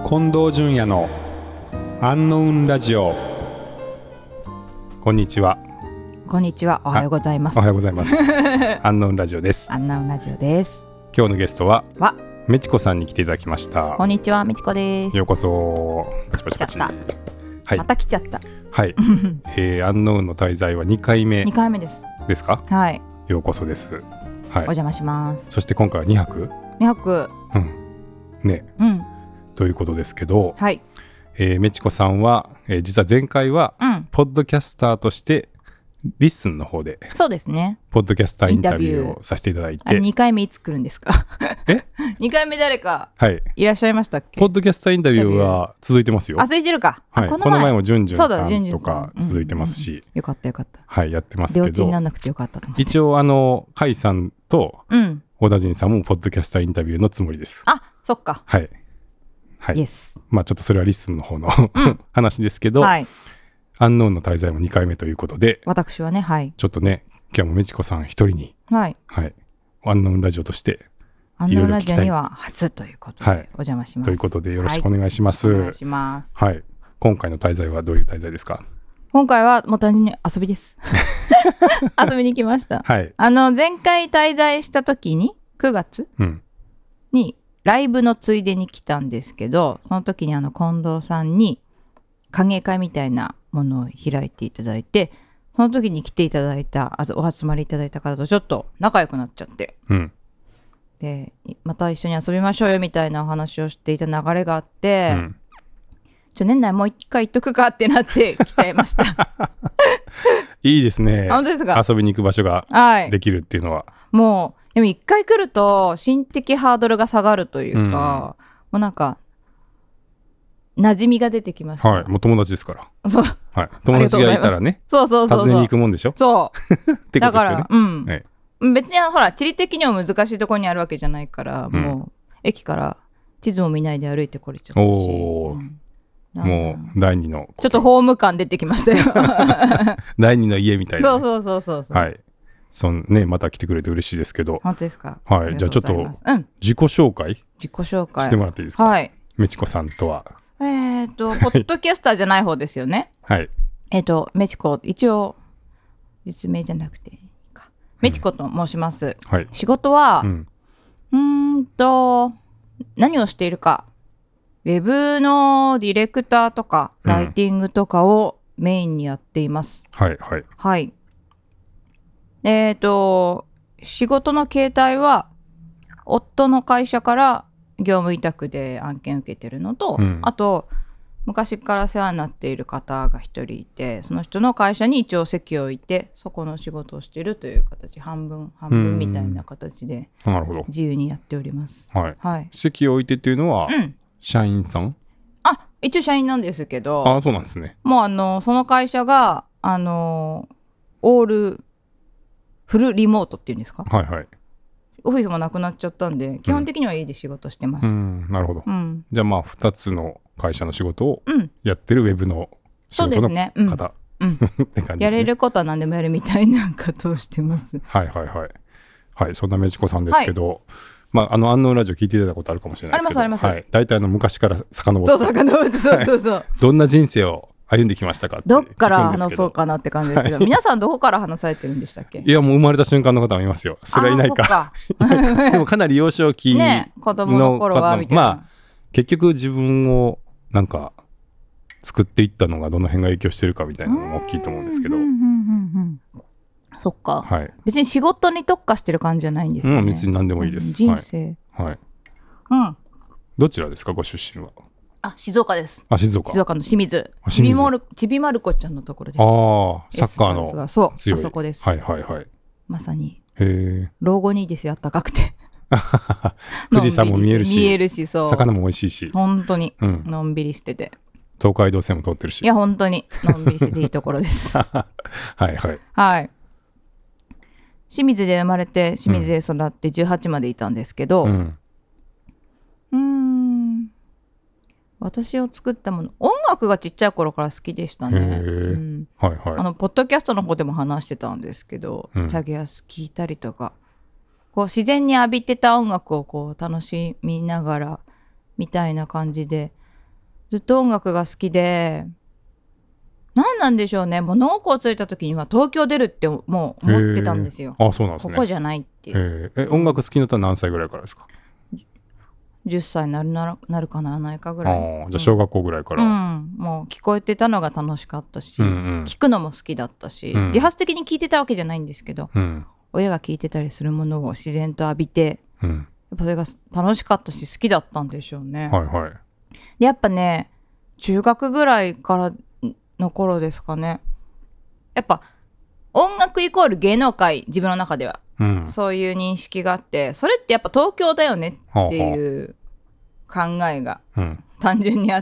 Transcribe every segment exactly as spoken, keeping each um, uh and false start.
近藤淳也のアンノウンラジオ。こんにちは。 こんにちは。おはようございます。 おはようございますアンノウンラジオです。 アンノウンラジオです。 今日のゲストはわメチコさんに来ていただきました。 こんにちは、メチコです。 ようこそ。パチパチパチ。 はい、また来ちゃったはい、えー、アンノウンの滞在はにかいめにかいめですですか。 はい、 ようこそです、はい、 お邪魔します。 そして今回はにはくにはく、 うんね、 うん、 ということですけど、 はい、 えー、メチコさんは、えー、実は前回は、うん、ポッドキャスターとしてリッスンの方でそうですね、 ポッドキャスターインタビューをさせていただいて、 あれにかいめいつ来るんですかえにかいめ誰かいらっしゃいましたっけ。 ポッドキャスターインタビューは続いてますよ。 あ、続いてるか、 はい、 この前、 この前もジュンジュンさんとか続いてますし、うんうんうん、 よかったよかった、 はい、やってますけど、 出落ちにならなくてよかったと思って。 一応あの甲斐さんと小田陣さんもポッドキャスターインタビューのつもりです。 あ、そっか、 はいはい、 yes、 まあちょっとそれはリッスンの方の、うん、話ですけど、はい、アンノーンの滞在もにかいめということで、 私はね、はい、 ちょっとね、今日もメチコさん一人に、はいはい、アンノーンラジオとしてアンノーンラジオには初ということで、はい、お邪魔します。 ということでよろしくお願いします。 はい、お願いします。 はい、今回の滞在はどういう滞在ですか。 今回はもう単純に遊びです遊びに来ました、はい、あの前回滞在した時にくがつにライブのついでに来たんですけど、その時にあの近藤さんに歓迎会みたいなものを開いていただいて、その時に来ていただいたお集まりいただいた方とちょっと仲良くなっちゃって、うん、でまた一緒に遊びましょうよみたいなお話をしていた流れがあって、うん、ちょ年内もう一回行っとくかってなって来ちゃいましたいいですね。 本当ですか。 遊びに行く場所ができるっていうのは、はい、 もうでも一回来ると心的ハードルが下がるというか、うん、もうなんか馴染みが出てきました。 はい、もう友達ですから。 そう、 はい、友達がいたらね、 そうそうそうそう、 訪ねに行くもんでしょ。 そうってことですよね。 だから、うん、 はい、 別にほら地理的には難しいところにあるわけじゃないから、うん、もう駅から地図も見ないで歩いてこれちゃったし、お、うん、 もう第二のちょっとホーム感出てきましたよ第二の家みたいな、 ね、そうそうそうそう、 はい、そのね、また来てくれて嬉しいですけど。 本当ですか。 はい、じゃあちょっと自己紹介、 自己紹介してもらっていいですか。 はい、 メチコさんとはえっとポッドキャスターじゃない方ですよねはいえっとメチコ、一応実名じゃなくていいか、メチコと申します、うん、はい、仕事は、うん、うーんと何をしているか、ウェブのディレクターとかライティングとかをメインにやっています、 うん、はいはいはい。えっと仕事の形態は夫の会社から業務委託で案件受けてるのと、うん、あと昔から世話になっている方が一人いて、その人の会社に一応席を置いてそこの仕事をしているという形、半分半分みたいな形で自由にやっております。 はいはい、席を置いてっていうのは、うん、社員さん？ あ、一応社員なんですけど、 あ、そうなんですね。 もうあのその会社があのオールフルリモートっていうんですか、 はいはい、 オフィスもなくなっちゃったんで基本的には家で仕事してます、 うんうん、なるほど、うん、じゃあまあふたつの会社の仕事をやってるウェブの仕事の方、そうですね、うんうん、って感じですね。 やれることは何でもやるみたいなことをしてます。 はいはいはいはい、そんなメチコさんですけど、はい、まあ、あのアンノーンラジオ聞いていただいたことあるかもしれないですけど、 ありますあります、はい、 大体あの昔から遡って、 そう遡ってそうそうそう、はい、 どんな人生を歩んできましたかって、 どっから話そうかなって感じですけど皆さんどこから話されてるんでしたっけ。 いやもう生まれた瞬間の方もいますよ。それはいないかでもかなり幼少期の、 ね、子供の頃はみたいな、まあ結局自分をなんか作っていったのがどの辺が影響してるかみたいなのも大きいと思うんですけど、うんうんうんうん、 そっか、 はい、 別に仕事に特化してる感じじゃないんですよね、 うん、別に何でもいいです、 うん、人生、 はい、はい、 うん、 どちらですかご出身は。 あ、静岡です。 あ、静岡。 静岡の清水。ちびまる、ちびまる子ちゃんのところです。 ああ、サッカーのそう、あそこです。 はいはいはい。 まさに。 へえ。 老後にいいですよ、暖かくて。 富士山も見えるし、 見えるし、そう。 魚も美味しいし。 本当に、うん、のんびりしてて。 東海道線も通ってるし。 いや本当にのんびりしてていいところです。 はいはいはい。清水で生まれて清水で育ってじゅうはちまでいたんですけど、うん、うーん。私を作ったもの、音楽がちっちゃい頃から好きでしたね、うん、はいはい、あのポッドキャストの方でも話してたんですけど、うん、チャゲアス聞いたりとか、こう自然に浴びてた音楽をこう楽しみながらみたいな感じでずっと音楽が好きで、何なんでしょうね、もう農校着いた時には東京出るってもう思ってたんですよ。 あ、そうなんですね。 ここじゃないっていう。 え、音楽好きになったら何歳ぐらいからですか？ じゅっさいになるななるかならないかぐらい。 あ、じゃあ小学校ぐらいから、 うん、もう聞こえてたのが楽しかったし、うんうん、聞くのも好きだったし、うん、自発的に聞いてたわけじゃないんですけど、うん、親が聞いてたりするものを自然と浴びて、うん、やっぱそれが楽しかったし好きだったんでしょうね。 はいはい。 でやっぱね、中学ぐらいからの頃ですかね、やっぱ音楽イコール芸能界、自分の中では、うん、そういう認識があって、それってやっぱ東京だよねっていう考えが単純にあって、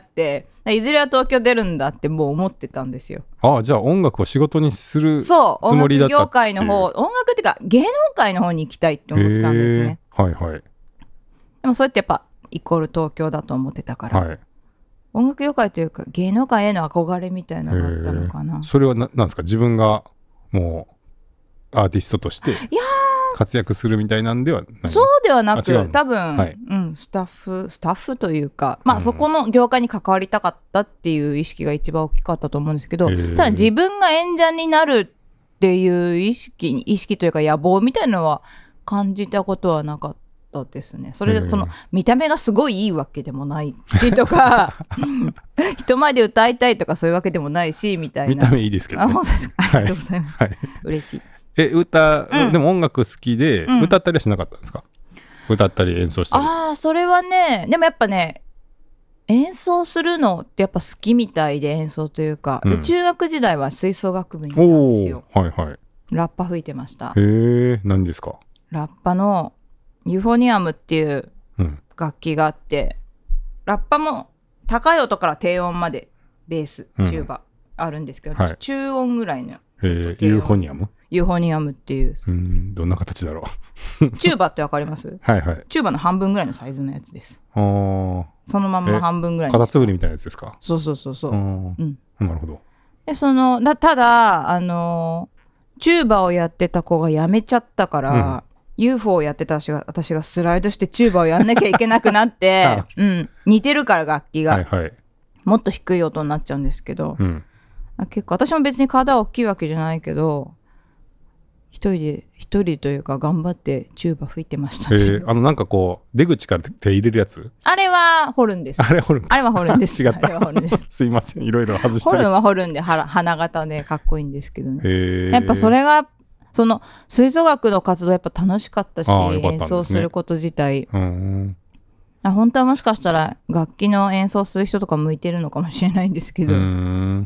うん、いずれは東京出るんだってもう思ってたんですよ。 ああ、じゃあ音楽を仕事にするつもりだったっていう。そう、音楽業界の方、音楽っていうか芸能界の方に行きたいって思ってたんですね。 はいはい。 でもそれってやっぱイコール東京だと思ってたから、はい、音楽業界というか芸能界への憧れみたいなのがあったのかな。 それはななんですか、自分がもうアーティストとして活躍するみたいなんではない？ そうではなく、多分、はい、うん、スタッフスタッフというか、まあ、うん、そこの業界に関わりたかったっていう意識が一番大きかったと思うんですけど、ただ自分が演者になるっていう意識意識というか野望みたいなのは感じたことはなかったですね。それでその見た目がすごいいいわけでもないしとか人前で歌いたいとかそういうわけでもないしみたいな。 見た目いいですけどね。 あ, ありがとうございます、はい、嬉しい。 え、歌、うん、でも音楽好きで、うん、歌ったりはしなかったんですか？歌ったり演奏したり。 ああ、それはね、でもやっぱね、演奏するのってやっぱ好きみたいで、演奏というか、うん、で中学時代は吹奏楽部にいたんですよ。 はいはい。 ラッパ吹いてました。 へえ、何ですか？ ラッパのユーフォニアムっていう楽器があって、うん、ラッパも高い音から低音までベース、チューバあるんですけど、うん、はい、中音ぐらいの。 へえ、ユーフォニアム？ ユーフォニアムっていう、 うん、どんな形だろうチューバってわかります？ はいはい。 チューバの半分ぐらいのサイズのやつです。あ、そのまんま半分ぐらいの。 カタツムリみたいなやつですか？ そうそうそうそう、うん、 なるほど。 でそのだただあのチューバをやってた子が辞めちゃったから、うん、ユーフォー をやってた私が私がスライドしてチューバをやんなきゃいけなくなってうん、似てるから楽器が、はいはい、もっと低い音になっちゃうんですけど、うん、結構私も別に体は大きいわけじゃないけど、一人で一人というか頑張ってチューバ吹いてましたね。えー、あのなんかこう出口から手入れるやつ、 あれはホルンです。 あれホルン、 あれはホルンです違った。 あれはホルンですすいません、いろいろ外してる。 ホルンはホルンで花形でかっこいいんですけどね。えー、やっぱそれがその吹奏楽の活動やっぱ楽しかったし、た、ね、演奏すること自体、うん、本当はもしかしたら楽器の演奏する人とか向いてるのかもしれないんですけど、うん、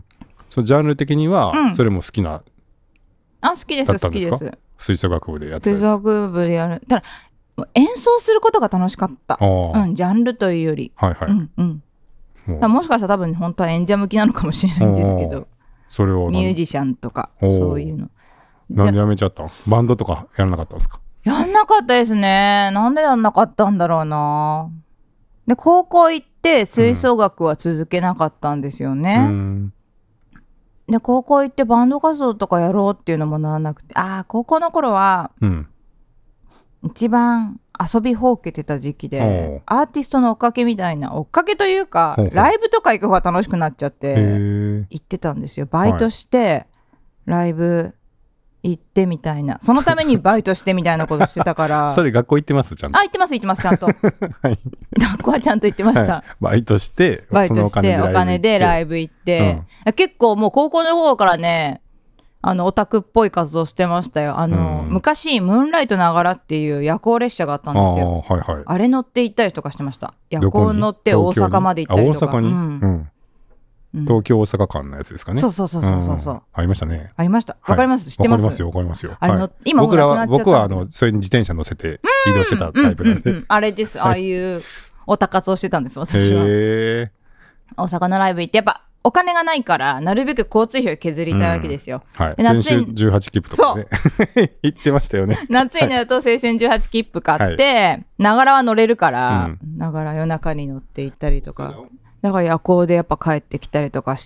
そのジャンル的にはそれも好きな、うん、 あ、好きです好きです。 吹奏楽部でやってたやつ。 吹奏楽部でやる。ただ演奏することが楽しかった。うん、ジャンルというより。はいはい。うんうん。も, もしかしたら多分本当は演者向きなのかもしれないんですけど。 それをミュージシャンとかそういうの。 なんでやめちゃったの？バンドとかやらなかったんですか？ やんなかったですね。なんでやんなかったんだろうな。で高校行って吹奏楽は続けなかったんですよね。うん、で高校行ってバンド活動とかやろうっていうのもならなくて、ああ高校の頃は、うん、一番遊びほうけてた時期で、アーティストの追っかけみたいな、追っかけというかライブとか行く方が楽しくなっちゃって行ってたんですよ。バイトして、はい、ライブ行ってみたいな、そのためにバイトしてみたいなことしてたからそれ学校行ってますちゃんと？あ、 行ってます行ってますちゃんと、はい、学校はちゃんと行ってました、はい、 バイトしてバイトしてお金でライブ行って、うん、結構もう高校の方からね、あのオタクっぽい活動してましたよ。あの、うん、昔ムーンライトながらっていう夜行列車があったんですよ。 あ,、はいはい、あれ乗って行ったりとかしてました。夜行乗って大阪まで行ったりとか。 大阪に、うんうん東京大阪間のやつですかね。 そうそうそうそうそう、うん、 ありましたね。 ありました。わかります、はい、知ってます？ わかりますよわかりますよ。 あれの、 はい、 今もうなくなっちゃった。 僕は僕はあのそれに自転車乗せて移動してたタイプなんで、うんうんうん、 あれです。ああいうオタ活をしてたんです私は。へ大阪のライブ行ってやっぱお金がないからなるべく交通費を削りたいわけですよ、 うんはい、先週じゅうはち切符とかね行ってましたよね。 夏になると青春じゅうはち切符買ってながらは乗れるからながら夜中に乗って行ったりとか、だから夜行でやっぱ帰ってきたりとかして、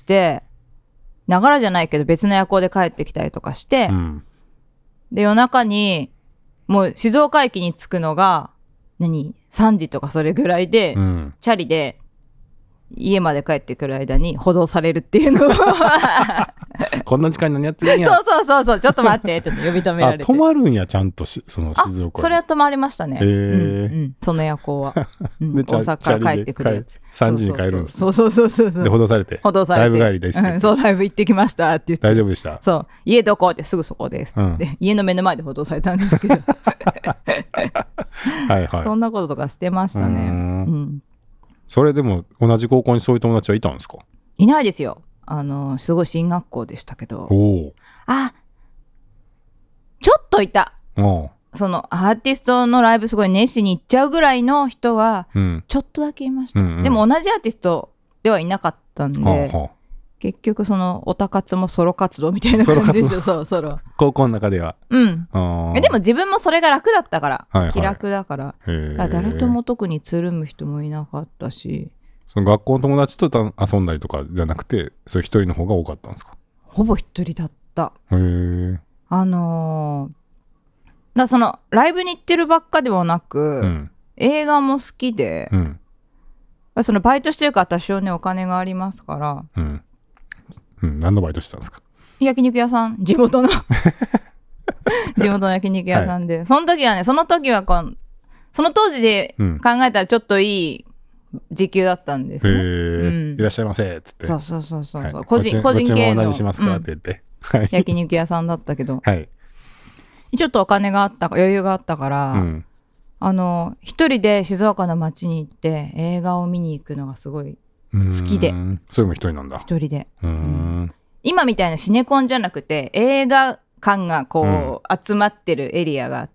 ながらじゃないけど別の夜行で帰ってきたりとかして、うん、で夜中にもう静岡駅に着くのが何さんじとかそれぐらいで、うん、チャリで家まで帰ってくる間に補導されるっていうのをこんな時間に何やってるんや。 そうそうそうそう、ちょっと待ってって呼び止められて。 あ、泊まるんや、ちゃんとしその静岡に。 それは泊まりましたね。 へー、 うんうん、その夜行は、うん、大阪から帰ってくるやつ。 さんじに帰るんです、ね、 そうそうそうそうそう。 で補導されて。 補導されて。 ライブ帰りですって、 うん。そう、ライブ行ってきましたって言って。 大丈夫でした。 そう、家どこってすぐそこです、うん、で家の目の前で補導されたんですけどはい、はい、そんなこととかしてましたね。うん、 それでも同じ高校にそういう友達はいたんですか？ いないですよ。あのすごい進学校でしたけど。 おあ、ちょっといた。おそのアーティストのライブすごい熱心に行っちゃうぐらいの人がちょっとだけいました、うんうんうん、でも同じアーティストではいなかったんで、はあはあ、結局そのオタ活もソロ活動みたいな感じですよ。そうソロ高校の中では。 うんでも自分もそれが楽だったから、はいはい、気楽だから、から誰とも特につるむ人もいなかったし。 その学校の友達と遊んだりとかじゃなくて、そういう一人の方が多かったんですか？ ほぼ一人だった。 へー。 あのー、だそのライブに行ってるばっかではなく、うん、映画も好きで、うん、そのバイトしてるから多少ねお金がありますから、 うんうん、何のバイトしてたんですか？ 焼肉屋さん、地元の地元の焼肉屋さんで、はい、その時はねその時はこうその当時で考えたらちょっといい時給だったんですね、 うん、いらっしゃいませっつって。 そうそうそうそう、はい、 個人個人系の何しますかって言って、 うん、焼肉屋さんだったけど、 はい、 ちょっとお金があった余裕があったから、うん、あの一人で静岡の街に行って映画を見に行くのがすごい好きで。 それも一人なんだ。 一人で、うん、今みたいなシネコンじゃなくて映画館がこう、うん、集まってるエリアがあって、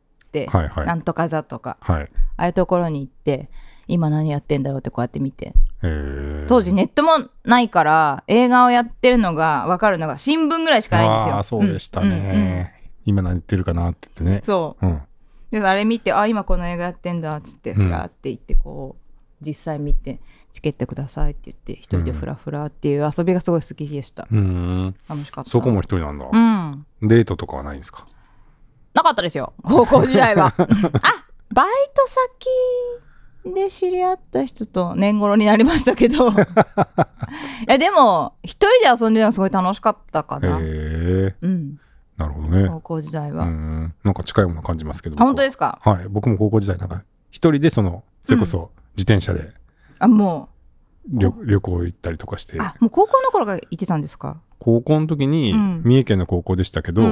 はいはい、なんとか座とか、はい、ああいうところに行って今何やってんだろうってこうやって見て、当時ネットもないから映画をやってるのが分かるのが新聞ぐらいしかないんですよ。 ああそうでしたね、うんうんうん、今何言ってるかなって言ってね。 そう、うん、であれ見てあ今この映画やってんだっつってフラーって行ってこう、うん、実際見てチケットくださいって言って一人でフラフラっていう遊びがすごい好きでした、うん、楽しかった。 そこも一人なんだ、 うん、 デートとかはないんですか？ なかったですよ高校時代はあバイト先で知り合った人と年頃になりましたけどいやでも一人で遊んでるのはすごい楽しかったかな。へえ、うん、なるほどね。 高校時代はうんなんか近いもの感じますけど。 あ本当ですか？ はい、僕も高校時代なんか一人でそのそれこそ自転車で、うん、 あもう 旅, 旅行行ったりとかして。 あもう高校の頃から行ってたんですか？ 高校の時に、うん、三重県の高校でしたけど、うんうん、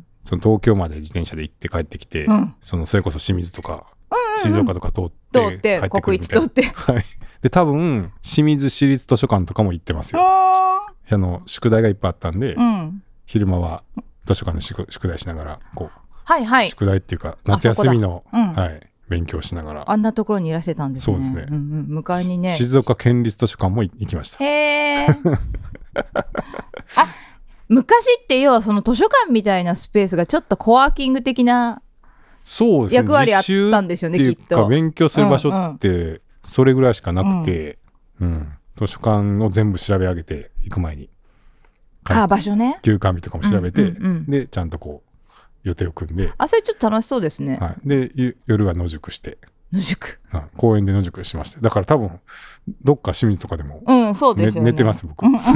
その東京まで自転車で行って帰ってきて、うん、そのそれこそ清水とか静岡とか通って帰ってくるみたいな。 国一通って、 はい、で多分清水市立図書館とかも行ってますよ。あの宿題がいっぱいあったんで、うん、昼間は図書館で宿題しながらこう、 はいはい、 宿題っていうか夏休みの、うんはい、勉強しながらあんなところにいらしてたんですね。 そうですね、 うんうん、迎えにね静岡県立図書館も行きました。 へーあ昔って要はその図書館みたいなスペースがちょっとコワーキング的な役割あったんですよね。 きっと勉強する場所ってそれぐらいしかなくて、うんうん、図書館を全部調べ上げて行く前にあ場所ね休館日とかも調べて、うんうんうん、でちゃんとこう予定を組んで。 あそれちょっと楽しそうですね、 はい、で夜は野宿して野宿、 はい、公園で野宿しました。だから多分どっか清水とかでも、 うんそうですよね、 寝てます僕、うんうんうんうん、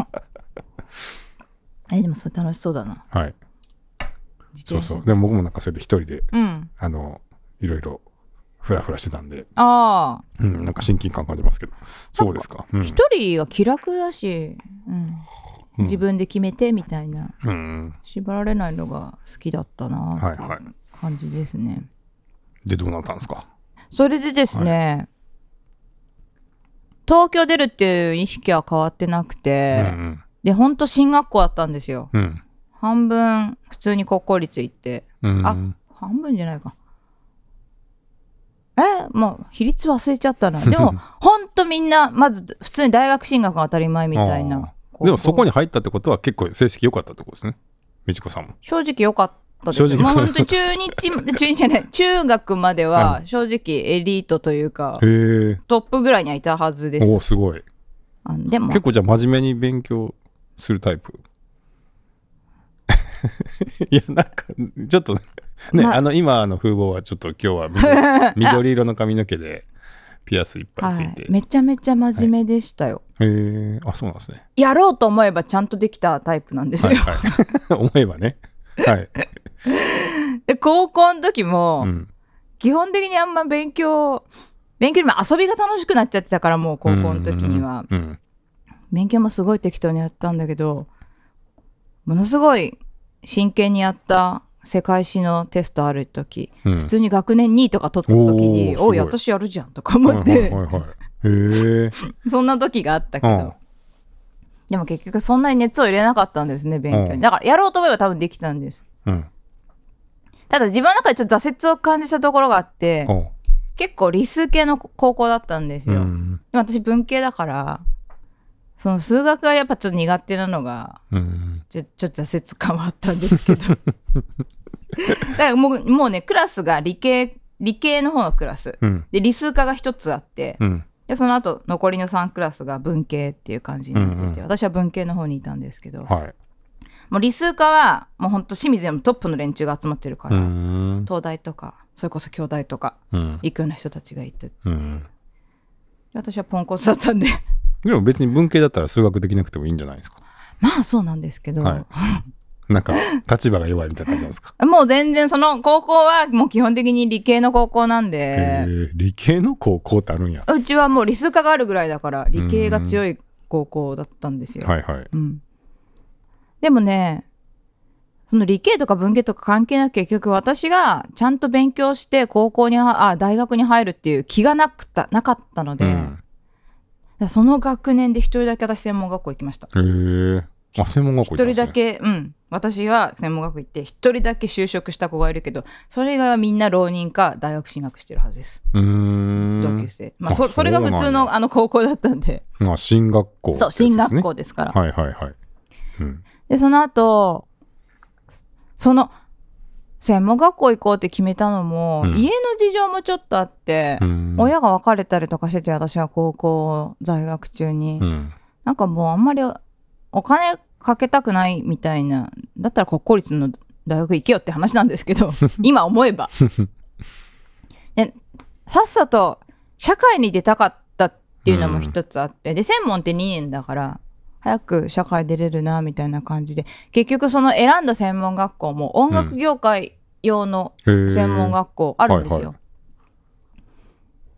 えでもそれ楽しそうだな。 はいそうそうでも僕もなんかそれで一人で、うん、あのいろいろフラフラしてたんであ、うん、なんか親近感感じますけど。そうですか。 一、うん、人が気楽だし、うんうん、自分で決めてみたいな、うん、縛られないのが好きだったなっていう感じですね、はいはい、 でどうなったんですか？ それでですね、はい、東京出るっていう意識は変わってなくて、うんうん、でほんと進学校だったんですよ、うん半分普通に国公立行って、うん、あ半分じゃないかえもう比率忘れちゃったなでもほんとみんなまず普通に大学進学が当たり前みたいな。 でもそこに入ったってことは結構成績良かったってことですね。美智子さんも正直良かったですよ。まあ本当に中日中日じゃない中学までは正直エリートというか、うん、トップぐらいにはいたはずです。 おすごい。 あでも結構じゃあ真面目に勉強するタイプいやなんかちょっとね、まあ、あの今の風貌はちょっと今日は 緑, 緑色の髪の毛でピアスいっぱいついて、 はい、めちゃめちゃ真面目でしたよ。 はい、へえ、あ、そうなんですね。 やろうと思えばちゃんとできたタイプなんですよ。はいはい、思えばね。はい。 で高校の時も、うん、基本的にあんま勉強勉強にも遊びが楽しくなっちゃってたから、もう高校の時には、うんうんうん、勉強もすごい適当にやったんだけど、ものすごい真剣にやった世界史のテストある時、うん、普通に学年にいとか取った時に、おおい私やるじゃんとか思って、はいはいはいはい、へえそんな時があったけど、うん、でも結局そんなに熱を入れなかったんですね、勉強に。だからやろうと思えば多分できたんです、うん、ただ自分の中でちょっと挫折を感じたところがあって、結構理数系の高校だったんですよ、うん、で私文系だからその数学がやっぱちょっと苦手なのが、うん、ちょ、ちょっと挫折感はあったんですけどだからもう、もうねクラスが理系理系の方のクラス、うん、で理数科が一つあって、うん、でその後残りのさんクラスが文系っていう感じになってて、うんうん、私は文系の方にいたんですけど、はい、もう理数科はもうほんと清水でもトップの連中が集まってるから、うん、東大とかそれこそ京大とか、うん、行くような人たちがいて、うん、私はポンコツだったんででも別に文系だったら数学できなくてもいいんじゃないですか。 まあそうなんですけど、はい、 なんか立場が弱いみたいな感じなんですか。 もう全然その高校はもう基本的に理系の高校なんで。 へー、理系の高校ってあるんや。 うちはもう理数科があるぐらいだから理系が強い高校だったんですよ。 はいはい、うん、 でもねその理系とか文系とか関係なく結局私がちゃんと勉強して高校にあ大学に入るっていう気がなくたなかったので、うん、その学年で一人だけ私専門学校行きました。 へー、あ専門学校行ったんですね。 一人だけ、うん、私は専門学校行って一人だけ就職した子がいるけどそれ以外はみんな浪人か大学進学してるはずです。 うーん同級生、まあ、そ, それが普通のあの高校だったんで、 まあ進学校ですね。 そう進学校ですから。 はいはいはい、うん、 でその後その専門学校行こうって決めたのも、うん、家の事情もちょっとあって、うん、親が別れたりとかしてて私は高校在学中に、うん、なんかもうあんまりお金かけたくないみたいな、だったら国公立の大学行けよって話なんですけど今思えばでさっさと社会に出たかったっていうのも一つあって、で専門ってにねんだから早く社会出れるなみたいな感じで、結局その選んだ専門学校も音楽業界用の専門学校あるんですよ、うんはいはい、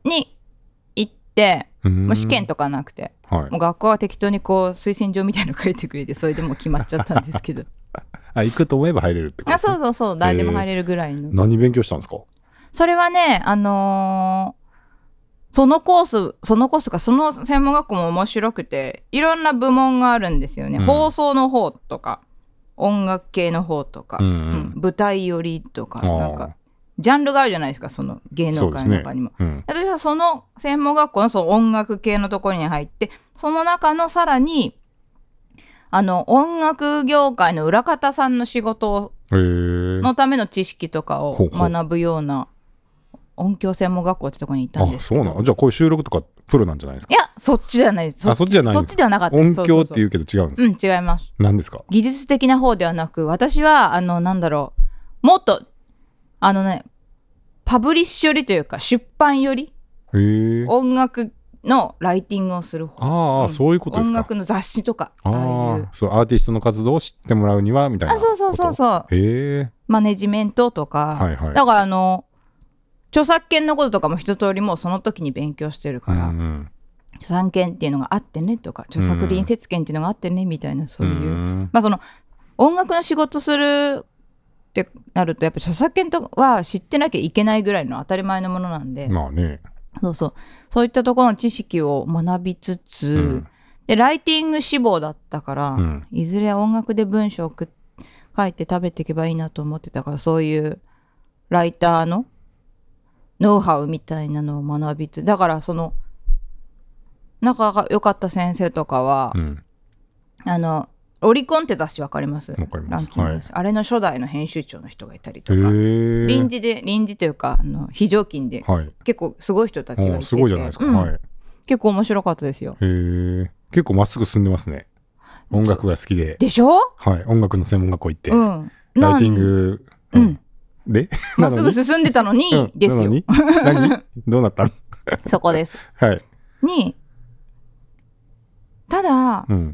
に行って、もう試験とかなくて、はい、もう学校は適当にこう推薦状みたいなの書いてくれてそれでもう決まっちゃったんですけどあ行くと思えば入れるってことですね。 あそうそうそう、誰でも入れるぐらいの。 何勉強したんですか。 それはねあのーそのコース、そのコースか、その専門学校も面白くて、いろんな部門があるんですよね。うん、放送の方とか、音楽系の方とか、うんうんうん、舞台寄りとか、なんか、ジャンルがあるじゃないですか、その芸能界の中にも。ねうん、私はその専門学校のその音楽系のところに入って、その中のさらに、あの、音楽業界の裏方さんの仕事のための知識とかを学ぶような、音響専門学校ってとこに行ったんですけど。 あ、そうなの。じゃあこういう収録とかプロなんじゃないですか。 いやそっちじゃないです。 あそっちじゃないんです。 そっちではなかったです。 音響って言うけど違うんですか。 そうそうそう、うん、違います。 何ですか。 技術的な方ではなく、私はあのなんだろう、もっとあのねパブリッシュ寄りというか出版寄り、へー、音楽のライティングをする方。 ああ、うん、そういうことですか。 音楽の雑誌とか、 ああいうそうアーティストの活動を知ってもらうにはみたいなこと。 あそうそうそうそう。 へえ。 マネジメントとか、はいはい、だからあの著作権のこととかも一通りもうその時に勉強してるから、うんうん、著作権っていうのがあってねとか著作隣接権っていうのがあってねみたいな、そういう、うん、まあその音楽の仕事するってなるとやっぱ著作権とは知ってなきゃいけないぐらいの当たり前のものなんで、 まあね、 そうそうそういったところの知識を学びつつ、うん、でライティング志望だったから、うん、いずれ音楽で文章を書いて食べていけばいいなと思ってたから、そういうライターのノウハウみたいなのを学びつつ、だからその仲が良かった先生とかは、うん、あのオリコンって雑誌わかります？ わかります。 ランキングです、はい、あれの初代の編集長の人がいたりとか、臨時で臨時というかあの非常勤で、はい、結構すごい人たちがいてて、 すごいじゃないですか、うん、はい、 結構面白かったですよ。 へー、結構まっすぐ進んでますね。音楽が好きででしょ。 はい、音楽の専門学校行って、うん、ライティング、うん、でまっすぐ進んでたのに、うん、ですよ。 何どうなったのそこです。 はい。 に、ただ、 うん、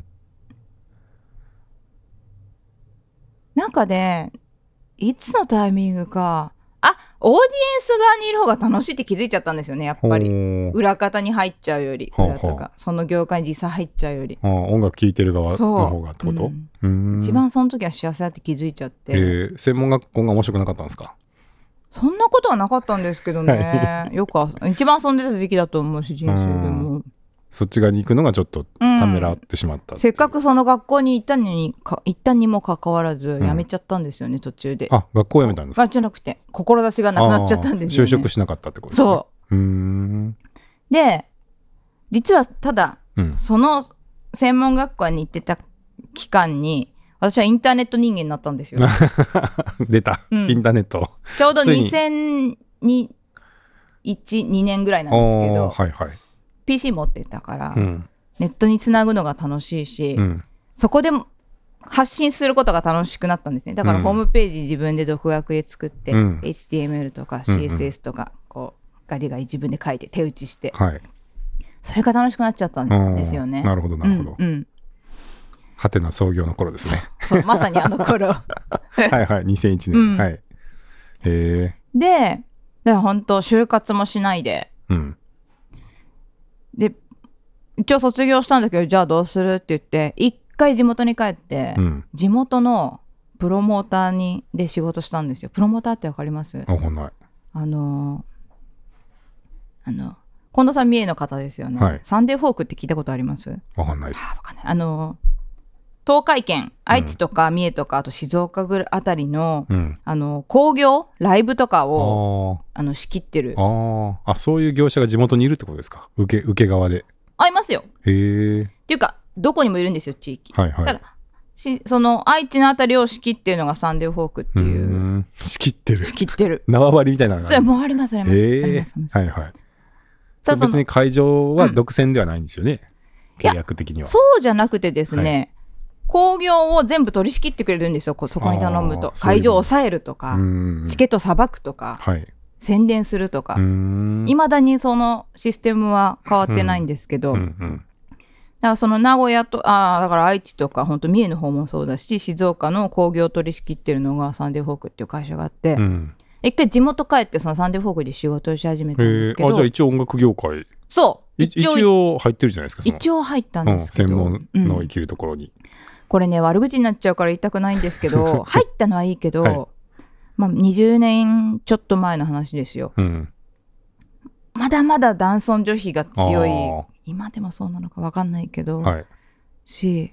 なんかね、いつのタイミングか、あ、オーディエンス側にいる方が楽しいって気づいちゃったんですよね、やっぱり。裏方に入っちゃうより、裏とか、その業界に実際入っちゃうより。 音楽聴いてる側の方がってこと？ うん、一番その時は幸せだって気づいちゃって。 えー、専門学校が面白くなかったんですか？ そんなことはなかったんですけどね。よく一番遊んでた時期だと思うし、人生でも。 そっち側に行くのがちょっとためらってしまった、うん、 せっかくその学校に行ったのにか行ったにもかかわらず辞めちゃったんですよね、うん、途中で。 あ、学校辞めたんですか？ じゃなくて志がなくなっちゃったんですよね。 就職しなかったってことですね。 そう。 うーん。 で実はただ、うん、その専門学校に行ってた期間に私はインターネット人間になったんですよ。 出た、うん、インターネットちょうどにせんいち、にねんぐらいなんですけど、 はいはい、 ピーシー 持ってたから、うん、ネットにつなぐのが楽しいし、うん、そこで発信することが楽しくなったんですね。だからホームページ自分で独学で作って、うん、エイチティーエムエル とか シーエスエス とかこうガリガリ自分で書いて手打ちして、はい、それが楽しくなっちゃったんですよね。 なるほどなるほど、うんうん、ハテナ創業の頃ですね。 そうまさにあの頃はいはいにせんいちねん、うん、はい。へーでで本当就活もしないで、うん、で一応卒業したんだけどじゃあどうするって言って一回地元に帰って、うん、地元のプロモーターにで仕事したんですよ。プロモーターってわかります？ あ、わかんない。 あのあの近藤さん三重の方ですよね、はい、サンデーフォークって聞いたことあります？ わかんないです。 あ、わかんない。あの東海圏愛知とか三重とか、うん、あと静岡ぐらいあたりの、うん、あの興行ライブとかをあの仕切ってる。 ああ、そういう業者が地元にいるってことですか？受け受け側で。 あ、いますよ。 へえ。 っていうかどこにもいるんですよ、地域。 はいはい。 ただしその愛知のあたりを仕切ってるのがサンデーフォークっていう。 うーん、仕切ってる。 仕切ってる。 縄張りみたいなのがあるんです。 それもうありますあります。 へえ。 ありますあります。 はいはい。ただ別に会場は独占ではないんですよね、うん、契約的には。 そうじゃなくてですね、はい、興行を全部取り仕切ってくれるんですよ。そこに頼むと会場を抑えるとかチケットさばくとか、はい、宣伝するとかいまだにそのシステムは変わってないんですけど、うんうんうん、だからその名古屋とあだから愛知とか本当三重の方もそうだし静岡の興行を取り仕切ってるのがサンデーフォークっていう会社があって、うん、一回地元帰ってそのサンデーフォークで仕事をし始めたんですけど。 あ、じゃあ一応音楽業界。 そう一応、一応入ってるじゃないですか。 一応入ったんですけど、 うん、専門の生きるところに、うん、 これね悪口になっちゃうから言いたくないんですけど入ったのはいいけど、はい、まあ、にじゅうねんちょっと前の話ですよ、うん、まだまだ男尊女卑が強い。今でもそうなのか分かんないけど、はい、し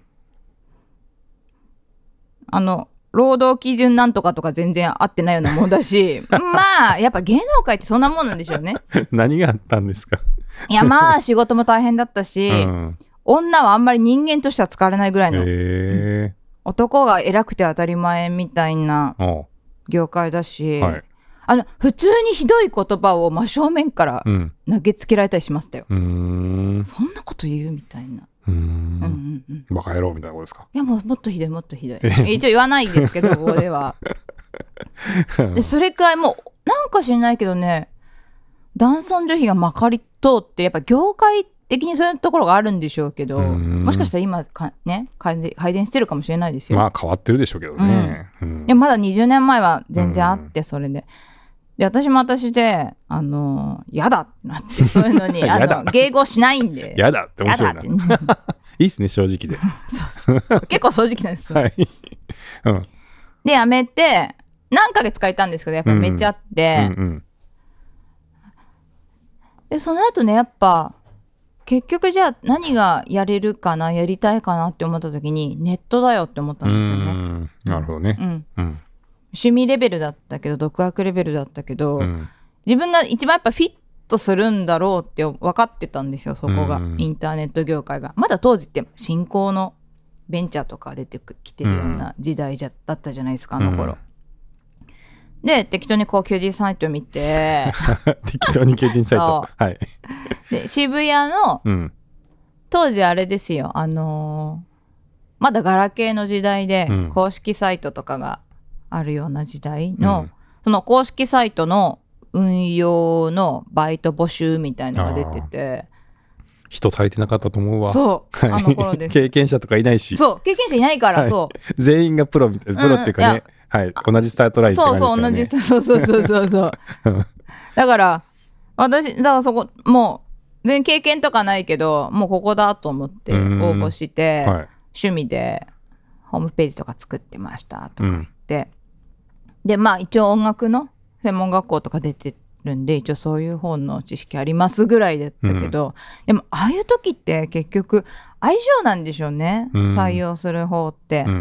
あの労働基準なんとかとか全然合ってないようなもんだしまあやっぱ芸能界ってそんなもんなんでしょうね。 何があったんですか？ いやまあ仕事も大変だったし、うん、女はあんまり人間としては使われないぐらいの、うん、男が偉くて当たり前みたいな業界だし、はい、あの普通にひどい言葉を真正面から投げつけられたりしましたよ、うん、そんなこと言うみたいな。 うーん、うんうんうん、バカ野郎みたいなことですか？ いやもうもっとひどいもっとひどい一応言わないですけどここではでそれくらいもうなんか知らないけどね男尊女卑がまかり通ってやっぱ業界的にそういうところがあるんでしょうけどもしかしたら今か、ね、改善、改善してるかもしれないですよ。 まあ変わってるでしょうけどね、うんうん、 いやまだにじゅうねんまえは全然あってそれでで私も私であのやだってなってそういうのにあの迎合しないんでやだって面白いな。いいっすね正直でそうそうそう結構正直なんですよ、はい、うん、でやめて何ヶ月かいたんですけどやっぱめっちゃあって、うんうんうん、でその後ねやっぱ結局じゃあ何がやれるかなやりたいかなって思った時にネットだよって思ったんですよね。 うん、なるほどね、うんうん、 趣味レベルだったけど独学レベルだったけど、うん、自分が一番やっぱフィットするんだろうって分かってたんですよそこが、うん、インターネット業界がまだ当時って新興のベンチャーとか出てきてるような時代じゃ、うん、だったじゃないですかあの頃、うん、で適当にこう求人サイト見て適当に求人サイトはいで渋谷の、うん、当時あれですよあのー、まだガラケーの時代で、うん、公式サイトとかがあるような時代の、うん、その公式サイトの運用のバイト募集みたいなのが出てて、 人足りてなかったと思うわ。 そうあの頃です経験者とかいないし、 そう経験者いないから、はい、そう全員がプロみたいな、プロっていうかね、うん、はい、同じスタートラインって感じでしたよね。 そうそう同じそうそうそうそうだから私だからそこもう全然経験とかないけどもうここだと思って応募して、はい、趣味でホームページとか作ってましたとか言って、うん、でまあ一応音楽の専門学校とか出てるんで一応そういう方の知識ありますぐらいだったけど、うん、でもああいう時って結局相性なんでしょうね、うん、採用する方って、うん、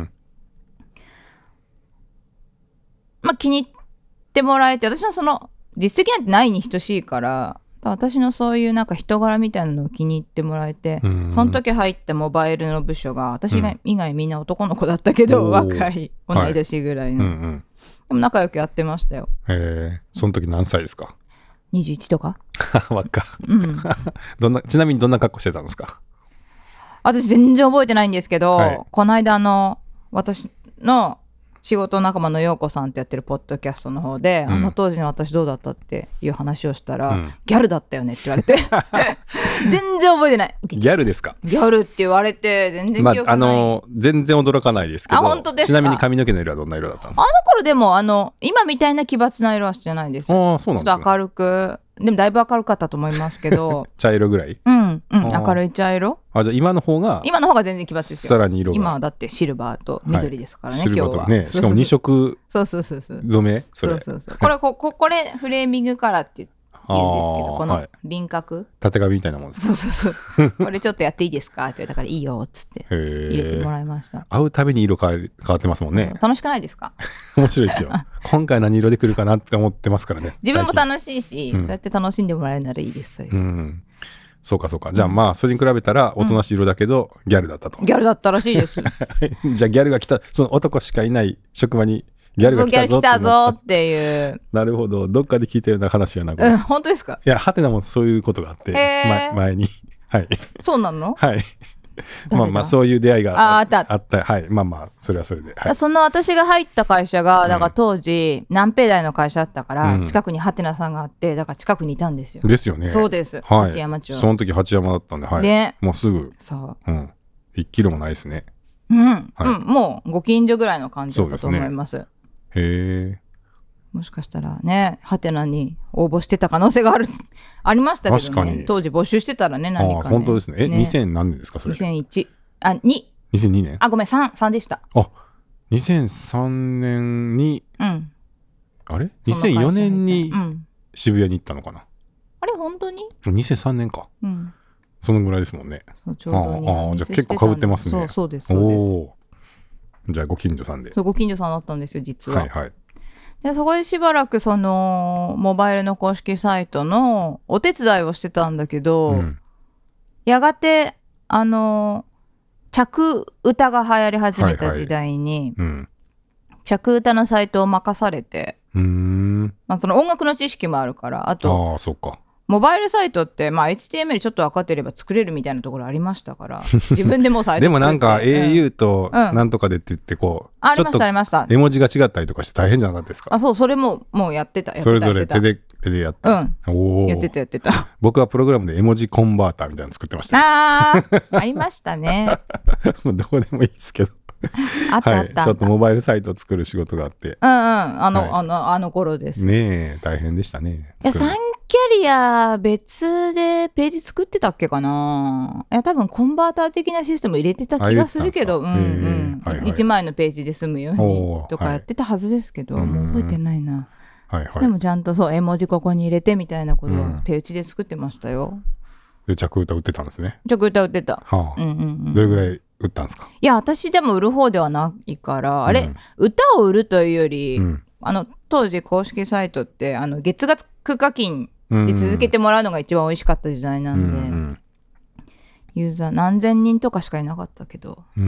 まあ気に入ってもらえて、私のその実績なんてないに等しいから私のそういうなんか人柄みたいなのを気に入ってもらえて、うん、その時入ったモバイルの部署が私が以外みんな男の子だったけど、うん、若い同い年ぐらいの、はいうんうん、でも仲良くやってましたよ。 へえ、その時何歳ですか？ にじゅういちとか若、うん、どんなちなみにどんな格好してたんですか？ 私全然覚えてないんですけど、はい、この間の私の仕事仲間の陽子さんってやってるポッドキャストの方で、うん、あの当時の私どうだったっていう話をしたら、うん、ギャルだったよねって言われて全然覚えてない。 ギャルですか？ ギャルって言われて全然記憶ない、まあ、あの全然驚かないですけど。 あ、本当ですか？ ちなみに髪の毛の色はどんな色だったんですか？ あの頃でもあの今みたいな奇抜な色はしてないです。 あ、そうなんですね。 ちょっと明るく、でもだいぶ明るかったと思いますけど茶色ぐらい？ うんうん、明るい茶色。 あ、じゃあ今の方が今の方が全然奇抜ですよ。 さらに色が今はだってシルバーと緑ですからね、はい、 今日はね、しかもに色そうそうそうそう染めそれそうそうそうこれここれフレーミングカラーって言うんですけど、この輪郭、はい、 縦紙みたいなもんですか？ そうそうそうこれちょっとやっていいですかって言われたからいいよっつって入れてもらいました。 会うたびに色変わり変わってますもんね。 楽しくないですか？ 面白いですよ今回何色で来るかなって思ってますからね。 自分も楽しいし、うん、そうやって楽しんでもらえるならいいです。 うん、そうかそうか。じゃあまあそれに比べたらおとなしい色だけどギャルだったと、 うん、ギャルだったらしいですじゃあギャルが来た、その男しかいない職場にギャルが来たぞ って, 来たぞっていう。 なるほど、どっかで聞いたような話やなこれ、 うん、本当ですか？ いやハテナもそういうことがあって、ま、前にはいそうなの？ はいまあまあそういう出会いが あ, あ, あったあったはい、まあまあそれはそれで、はい、 その私が入った会社がだから当時南平台の会社だったから、うん、近くにハテナさんがあってだから近くにいたんですよ。 ですよね。 そうです、 はい、 八山町。 その時八山だったんで、はい、ね、もうすぐそう、 うん、いっキロもないですね。 うん、はいうん、もうご近所ぐらいの感じだったと思います。 へえ。 もしかしたらねハテナに応募してた可能性があるありましたけどね。 確かに当時募集してたらね何かね。 あ、本当ですね。え、ね、にせん何年ですかそれ？ にせんいちあににせんにねんあごめん 3, 3でした。 あにせんさんねんに、うん、あれにせんよねんに渋谷に行ったのかな、うん、あれ本当ににせんさんねんか、うん、そのぐらいですもんね。 そうちょうどにああ、じゃあ結構被ってますね。 そうそうですそうです。 おじゃあご近所さんで。 そうご近所さんだったんですよ実は。 はいはい。 でそこでしばらくそのモバイルの公式サイトのお手伝いをしてたんだけど、うん、やがてあの着歌が流行り始めた時代に、はいはいうん、着歌のサイトを任されて、うーん、まあ、その音楽の知識もあるからあとあそうかモバイルサイトって、まあ、エイチティーエムエル ちょっと分かってれば作れるみたいなところありましたから自分でもうサイト作ってでもなんか エーユー となんとかでって言ってこう、うん、 ちょっと絵文字が違ったりとかして大変じゃなかったですか？ あそうそれももうやってたやってたそれぞれ手で手でやった、 うん、おやってたやってた。 僕はプログラムで絵文字コンバーターみたいなの作ってました、ね、 あありましたねもうどうでもいいですけどあったあった、 はい、ちょっとモバイルサイトを作る仕事があってうんうんあの、はい、あのあの頃ですねえ大変でしたね。 いやさんキャリア別でページ作ってたっけかな。いや多分コンバーター的なシステム入れてた気がするけど、うんうんはいはい、いちまいのページで済むようにとかやってたはずですけど、はい、もう覚えてないな、はいはい、でもちゃんとそう絵文字ここに入れてみたいなことを手打ちで作ってましたよ、 うん、で着歌売ってたんですね。 着歌売ってた、 はあうんうんうん、どれぐらい売ったんですか？いや私でも売る方ではないから、うん、あれ歌を売るというより、うん、あの当時公式サイトってあの月額課金で続けてもらうのが一番美味しかった時代なんで、うんうん、ユーザー何千人とかしかいなかったけど、うーん、うん、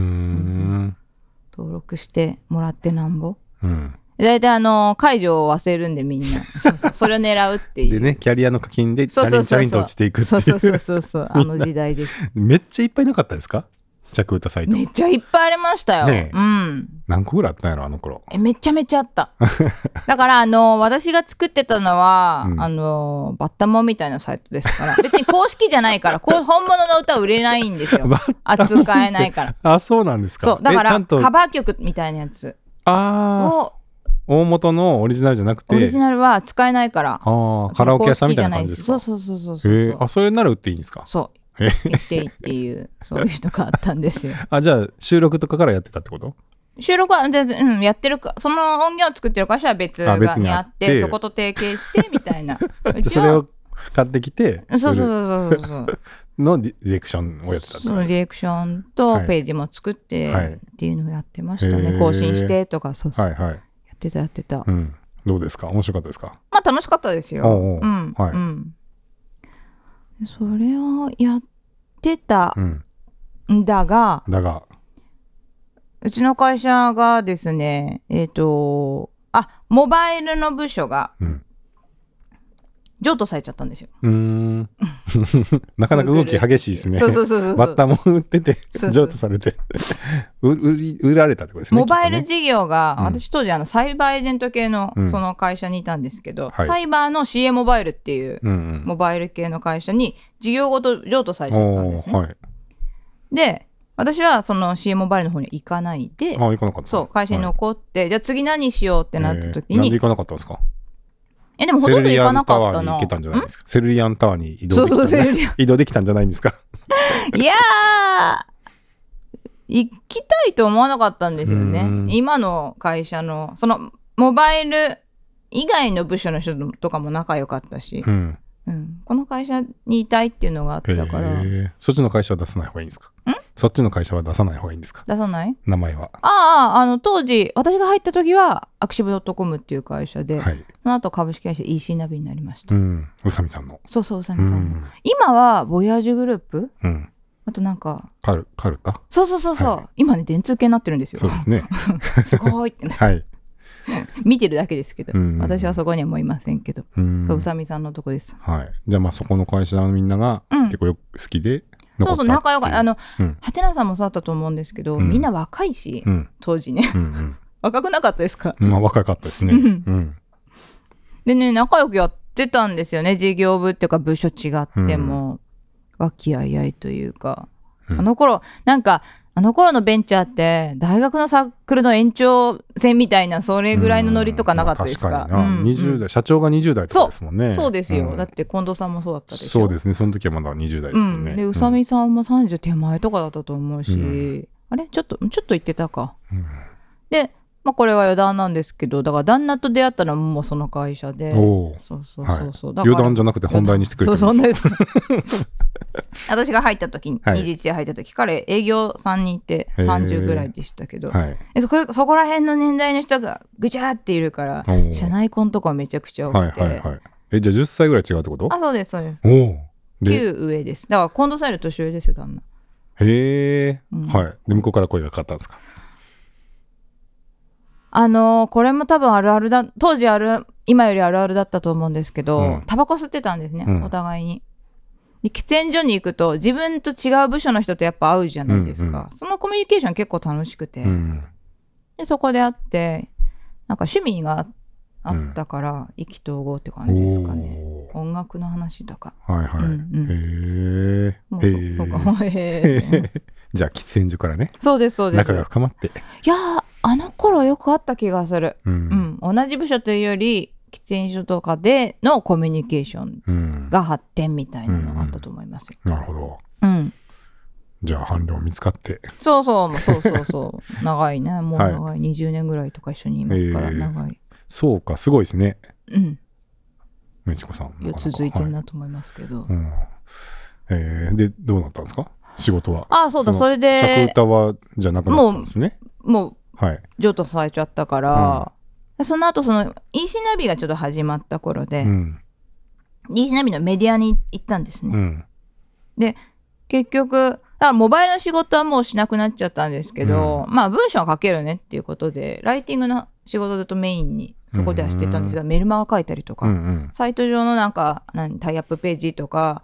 登録してもらってなんぼ、うん、だいたいあの解除を忘れるんでみんなそうそうそれを狙うっていうでねキャリアの課金でチャリンチャリンと落ちていくっていうそうそうそうそうそうあの時代ですめっちゃいっぱいなかったですか？ 着歌サイトめっちゃいっぱいありましたよ、ね、うん、 何個ぐらいあったんやろあの頃。 えめちゃめちゃあっただからあの私が作ってたのは、うん、あのバッタモンみたいなサイトですから別に公式じゃないからこう本物の歌売れないんですよ扱えないからあそうなんですか。 そうだからカバー曲みたいなやつあ大元のオリジナルじゃなくてオリジナルは使えないからあカラオケ屋さんみたいな感じですか。 そうそうそうそうそうへーあそれなら売っていいんですか。 そう言っていいっていうそういうのがあったんですよあじゃあ収録とかからやってたってこと。 収録は全然、うん、やってるかその音源を作ってる会社は別がにあってそこと提携してみたいなそれを買ってきてそうそうそうそうそうのディレクションをやってたってことですか。 そのディレクションとページも作って、はい、っていうのをやってましたね。更新してとかそうそう、はいはい、やってたやってた、 うん、どうですか面白かったですか。 まあ楽しかったですよ。 おうおう、 うんはいうん、それをやってたんだが、 うん、だがうちの会社がですねえっ、ー、とあモバイルの部署が、うん譲渡されちゃったんですよ。 うーんなかなか動き激しいですね。 そうそうそうそうバッタも売ってて譲渡されて売り売られたってことですね。 モバイル事業が、ね、私当時あのサイバーエージェント系のその会社にいたんですけど、うん、サイバーの シーエー モバイルっていうモバイル系の会社に事業ごと譲渡されちゃったんですね、はい、で私はその シーエー モバイルの方に行かないで、 あ行かなかった。 そう会社に残って、はい、じゃあ次何しようってなった時に、えー、 なんで行かなかったんですか。 えでもほとんど行かなかったな。 セルリアンタワーに移動できたんじゃないですか。そうそうセルリアン移動できたんじゃないんですか。 いやー行きたいと思わなかったんですよね。今の会社のそのモバイル以外の部署の人とかも仲良かったし、うんうん、この会社にいたいっていうのがあったから、 えー、そっちの会社は出さない方がいいんですか。んそっちの会社は出さない方がいいんですか。 出さない名前は。 ああ、あの当時私が入った時はアクシブドットコムっていう会社で、はい、その後株式会社 イーシー ナビになりました。 うん、宇佐美さんの。 そうそう宇佐美さんの、うん、今はボヤージュグループ、うん、あとなんかカルカルタそうそうそうそう、はい、今ね電通系になってるんですよ。 そうですねすごいってなって、はい見てるだけですけど、うんうん、私はそこにはもういませんけど、うん、宇佐美さんのとこです。 はい。じゃあまあそこの会社のみんなが結構よく好きで、 うん、そうそう仲良かった。あの、うん、ハテナさんもそうだったと思うんですけど、うん、みんな若いし、うん、当時ね、うんうん、若くなかったですか。 まあ若かったですね、うん、 でね仲良くやってたんですよね。事業部っていうか部署違っても、うん、和気あいあいというか、うん、あの頃なんかあの頃のベンチャーって大学のサークルの延長線みたいなそれぐらいのノリとかなかったですか。まあ、 確かにな、うん、にじゅう代社長がにじゅう代とかですもんね。 そう、そうですよ、うん、だって近藤さんもそうだったでしょ。 そうですねその時はまだにじゅう代ですもんね、うん、 で宇佐美さんもさんじゅう手前とかだったと思うし、うん、あれちょっとちょっと言ってたか、うん、でまあ、これは余談なんですけどだから旦那と出会ったのももうその会社でおそうそうそうそう、 はい、余談じゃなくて本題にしてくれてるんです。 そうそうです私が入った時に、はい、にじゅういちで入った時彼営業さんにんいてさんじゅうぐらいでしたけど、はい、そこそこら辺の年代の人がぐちゃっているから社内婚とかめちゃくちゃ多くて、はいはいはい、 えじゃあじゅっさいぐらい違うってこと？ あそうですそうです。おきゅう上です。だから近藤さんより年上ですよ旦那。 へえ、うん、はいで向こうから声がかかったんですか？ あのー、これも多分あるあるだ当時ある今よりあるあるだったと思うんですけど、うん、タバコ吸ってたんですね、うん、お互いに。で喫煙所に行くと自分と違う部署の人とやっぱ会うじゃないですか、うんうん、そのコミュニケーション結構楽しくて、うん、でそこで会ってなんか趣味があったから意気投合って感じですかね、うん、音楽の話とか。 はいはい、うんうん、へえへえじゃあ喫煙所からねそうですそうです仲が深まって。 いやあの頃よくあった気がする、うんうん、同じ部署というより喫煙所とかでのコミュニケーションが発展みたいなのがあったと思いますよ、 うんうん、なるほど、 うん、 じゃあ伴侶見つかってそうそうそうそうそう長いねもう長い、はい、にじゅうねんぐらいとか一緒にいますから、えー、長い。 そうかすごいですね。 うんめちこさんなかなか続いてるなと思いますけど、はいうんえー、でどうなったんですか仕事は。 ああそうだ そ, それで着歌はじゃなくなったんですね。 もうもうはい、譲渡されちゃったから、うん、その後その イーシー ナビがちょっと始まった頃で、うん、イーシー ナビのメディアに行ったんですね、うん、で結局だモバイルの仕事はもうしなくなっちゃったんですけど、うん、まあ文章は書けるねっていうことでライティングの仕事だとメインにそこではしてたんですが、うんうん、メルマガ書いたりとか、うんうん、サイト上のなんか何タイアップページとか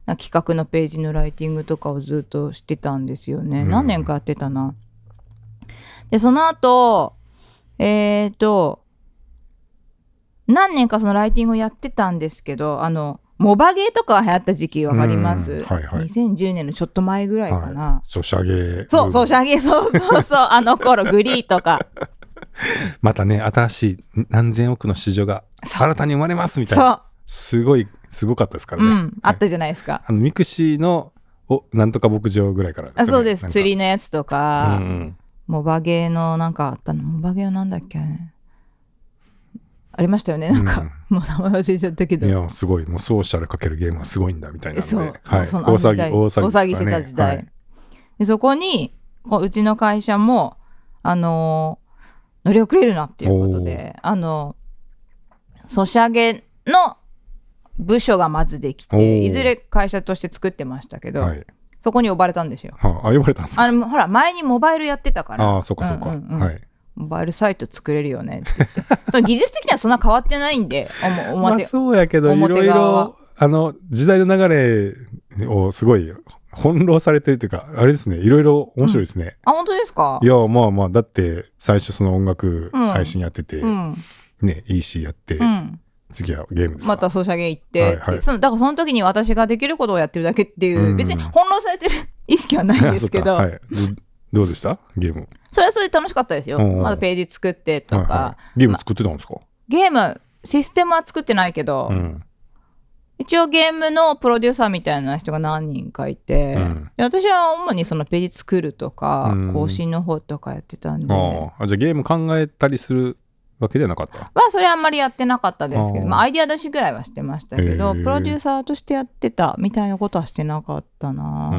企画のページのライティングとかをずっとしてたんですよね、うん、何年かやってたな。でその後えっ、ー、と何年かそのライティングをやってたんですけど、あのモバゲーとか流行った時期わかります、はいはい、にせんじゅうねんのちょっと前ぐらいかな、はい、 ソシャゲそうソシャゲそうそうそうあの頃グリーとかまたね新しい何千億の市場が新たに生まれますみたいな、すごいすごかったですからね、うん、 あったじゃないですか。 あのミクシーのおなんとか牧場ぐらいからですかね。 あそうです、釣りのやつとか、うん、モバゲーのなんかあったの、モバゲーのなんだっけねありましたよね、なんか、うん、もう名前忘れちゃったけど、 いやすごい、もうソーシャルかけるゲームはすごいんだみたいなので、 そう、 はい、 その大騒ぎ大騒ぎ、ね、騒ぎしてた時代、はい、でそこにこううちの会社もあのー、乗り遅れるなっていうことで、あのソシャゲの部署がまずできて、いずれ会社として作ってましたけど、はい、そこに呼ばれたんですよ。 はあ、呼ばれたんですか。 あのほら前にモバイルやってたから、 あそうかそうか、うんうんうん、はい、 モバイルサイト作れるよねって言ってその技術的にはそんな変わってないんでお表、 まあ、そうやけどいろいろあの時代の流れをすごい翻弄されてるというかあれですね、いろいろ面白いですね、 うん、あ本当ですか。 いやまあまあだって最初その音楽配信やってて、うんね、イーシー やって、うん、次はゲームですか、またソシャゲ行って、はいはい、そのだからその時に私ができることをやってるだけっていう、うん、別に翻弄されてる意識はないんですけどはい、どうでしたゲーム。 それはそれで楽しかったですよ。まだページ作ってとか、はいはい、 ゲーム作ってたんですか。 ゲームシステムは作ってないけど、うん、一応ゲームのプロデューサーみたいな人が何人かいて、うん、私は主にそのページ作るとか、うん、更新の方とかやってたんで。 ああ、じゃあゲーム考えたりするわけではなかった。 まあそれはあんまりやってなかったですけど、あ、まあ、アイディア出しぐらいはしてましたけど、プロデューサーとしてやってたみたいなことはしてなかったな、うん、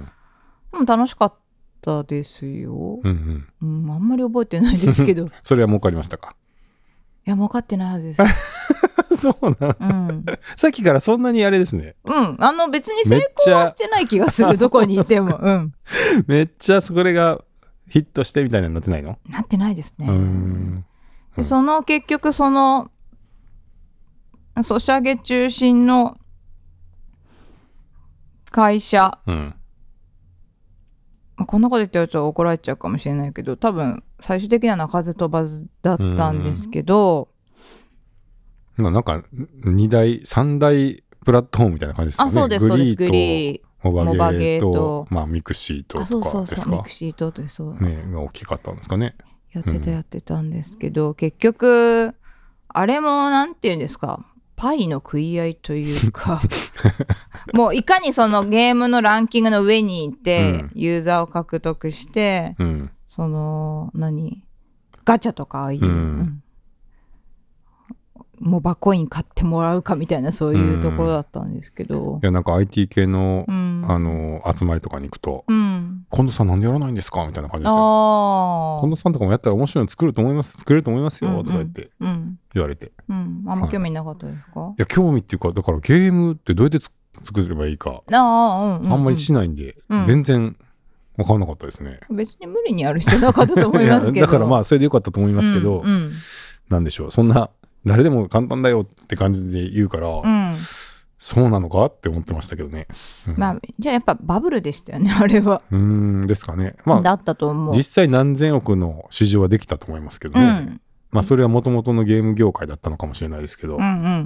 でも楽しかったですよ、うんうんうん、あんまり覚えてないですけどそれは儲かりましたか。 いや儲かってないはずですそうな、うん、さっきからそんなにあれですね。 うんあの別に成功はしてない気がするどこにいても、うん、 めっちゃそれがヒットしてみたいなのなってないの。 なってないですね。うーん、でその結局そのソシャゲ中心の会社、うんまあ、こんなこと言ってると怒られちゃうかもしれないけど多分最終的には鳴かず飛ばずだったんですけど、 まあ、なんかに大さん大プラットフォームみたいな感じですかね。 あそうですそうです。グリーとモバゲーと、とまあ、ミクシーととかですか。あそうそうそうミクシーとでそう、 ね、が大きかったんですかね。 やってたやってたんですけど、うん、結局あれもなんていうんですかパイの食い合いというかもういかにそのゲームのランキングの上にいて、うん、ユーザーを獲得して、うん、その何ガチャとかああいう、うん、モバコイン買ってもらうかみたいなそういうところだったんですけど、 うん、いやなんか アイティー 系の、うん、あの集まりとかに行くと、うん、近藤さんなんでやらないんですかみたいな感じでしたよ。近藤さんとかもやったら面白いの作ると思います作れると思いますよ、うんうん、とか言って言われて、 うん、あんま興味なかったですか。はい、いや興味っていうかだからゲームってどうやって作ればいいか あ,、うんうんうん、あんまりしないんで、うん、全然分かんなかったですね。 別に無理にやる必要なかったと思いますけどだからまあそれでよかったと思いますけど、うんうん、なんでしょうそんな誰でも簡単だよって感じで言うから、うん、そうなのかって思ってましたけどね、うん、 まあじゃあやっぱバブルでしたよねあれは。 うーんですかね、まあ、 だったと思う。 実際何千億の市場はできたと思いますけどね、うん、まあそれはもともとのゲーム業界だったのかもしれないですけど、うんうんうんうん、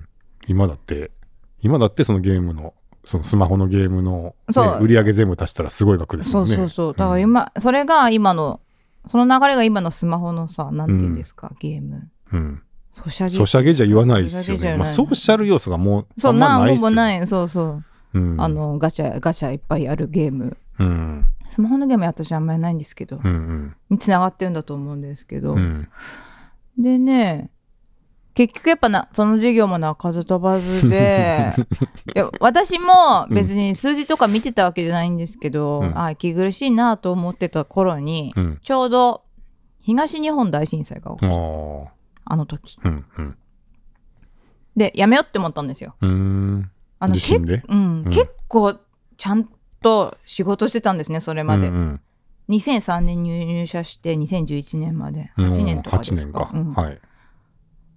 今だって今だってそのゲームのそのスマホのゲームの、ね、売り上げ全部足したらすごい額ですもんね。 そうそうそうだから今、うん、それが今のその流れが今のスマホのさなんていうんですか、うん、ゲームうん、ソシャゲソシャゲじゃ言わないですよね。まあ、ソーシャル要素がもうあんまないですよね。そうなんもないそうそう、うん、あのガチャガチャいっぱいあるゲーム、うん、スマホのゲーム私あんまりないんですけど、うんうん、に繋がってるんだと思うんですけど、うん、でね結局やっぱなその授業も鳴かず飛ばずでいや私も別に数字とか見てたわけじゃないんですけど、うん、あ息苦しいなと思ってた頃に、うん、ちょうど東日本大震災が起きてあの時、うんうん、でやめようって思ったんですよ。うーんあの地震で、 うんうん、結構ちゃんと仕事してたんですねそれまで、うんうん、にせんさんねんに入社してにせんじゅういちねんまではちねんとかですか。はちねんか、うん、はい。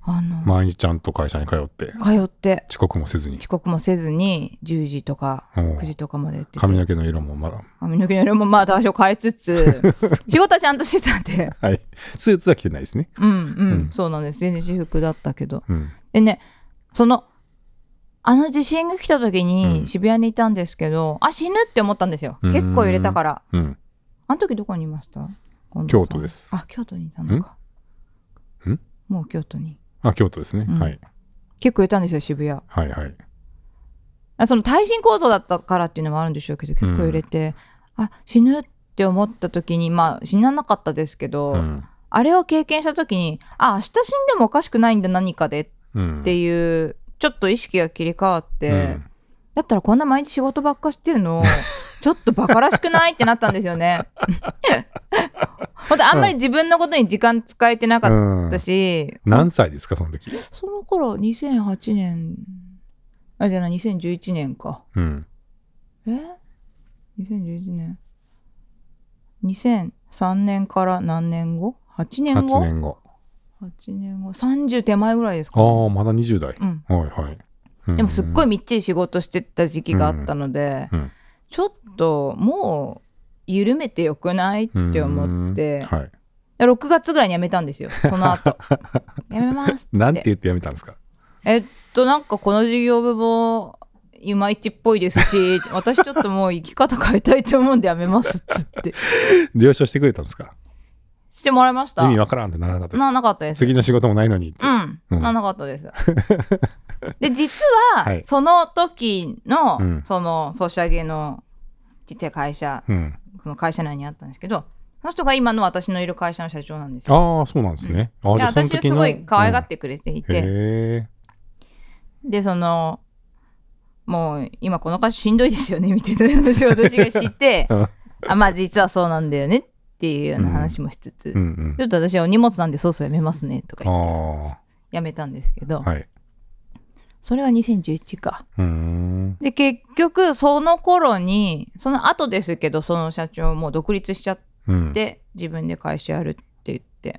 あの毎日ちゃんと会社に通って通って遅刻もせずに遅刻もせずにじゅうじとかくじとかまでやってて、 髪の毛の色もまだ髪の毛の色もまあ多少変えつつ仕事はちゃんとしてたんで、 はい、スーツは着てないですね。 うんうん、うん、そうなんです。全然私服だったけど、 うん、 でねそのあの地震が来た時に渋谷にいたんですけど、うん、あ死ぬって思ったんですよ。結構揺れたから、うん、あの時どこにいました？ 京都です。 あ京都にいたのか。 んもう京都に。 あ京都ですね、うん、はい。 結構揺れたんですよ渋谷。 はいはい。 あその耐震構造だったからっていうのもあるんでしょうけど結構揺れて、うん、あ死ぬって思った時にまあ死ななかったですけど、うん、あれを経験した時にあ明日死んでもおかしくないんだ何かでっていう、うん、ちょっと意識が切り替わって、うん、だったらこんな毎日仕事ばっかしてるのちょっとバカらしくないってなったんですよね。本当あんまり自分のことに時間使えてなかったし、 うん、何歳ですかその時？ その頃にせんはちねんあじゃないにせんじゅういちねんか、うん、えにせんじゅういちねんにせんさんねんから何年後 ?はち 年後はちねんごはちねんごさんじゅう手前ぐらいですかね。 ああまだにじゅう代、うん、はいはい、 うん、でもすっごいみっちり仕事してた時期があったので、うんうん、ちょっともう緩めてよくないって思って、はい、ろくがつぐらいに辞めたんですよその後辞めますってなんて言って辞めたんですか？ えっとなんかこの事業部もいまいちっぽいですし私ちょっともう生き方変えたいと思うんで辞めますっつって了承してくれたんですか？ してもらいました。 意味わからんってならなかったですか？ ならなかったです。 次の仕事もないのにって、 うんうん、ならなかったですで実は、はい、その時の、うん、そのソシャゲのちっちゃい会社、うん、その会社内にあったんですけどその人が今の私のいる会社の社長なんですよ。 ああそうなんですね、うん、あじゃあ私はすごい可愛がってくれていて、うん、へでそのもう今この会社しんどいですよねみたいな話を私が知ってあまあ実はそうなんだよねっていうような話もしつつ、うんうんうん、ちょっと私はお荷物なんでそうそうやめますねとか言ってやめたんですけど、はい、それはにせんじゅういちか。うーんで結局その頃にその後ですけどその社長も独立しちゃって、うん、自分で会社やるって言って、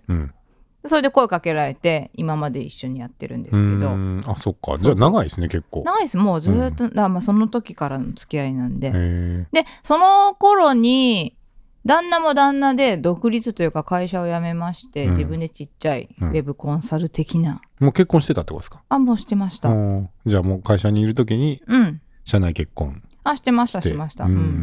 うん、それで声かけられて今まで一緒にやってるんですけど。 あそっかじゃあ長いですね結構。 長いですもうずっと、うん、だまあその時からの付き合いなんで。でその頃に旦那も旦那で独立というか会社を辞めまして、うん、自分でちっちゃいウェブコンサル的な、 うん、もう結婚してたってことですか？ あもうしてました。 じゃあもう会社にいる時に社内結婚、うん、 あしてましたしました、うんうんうん、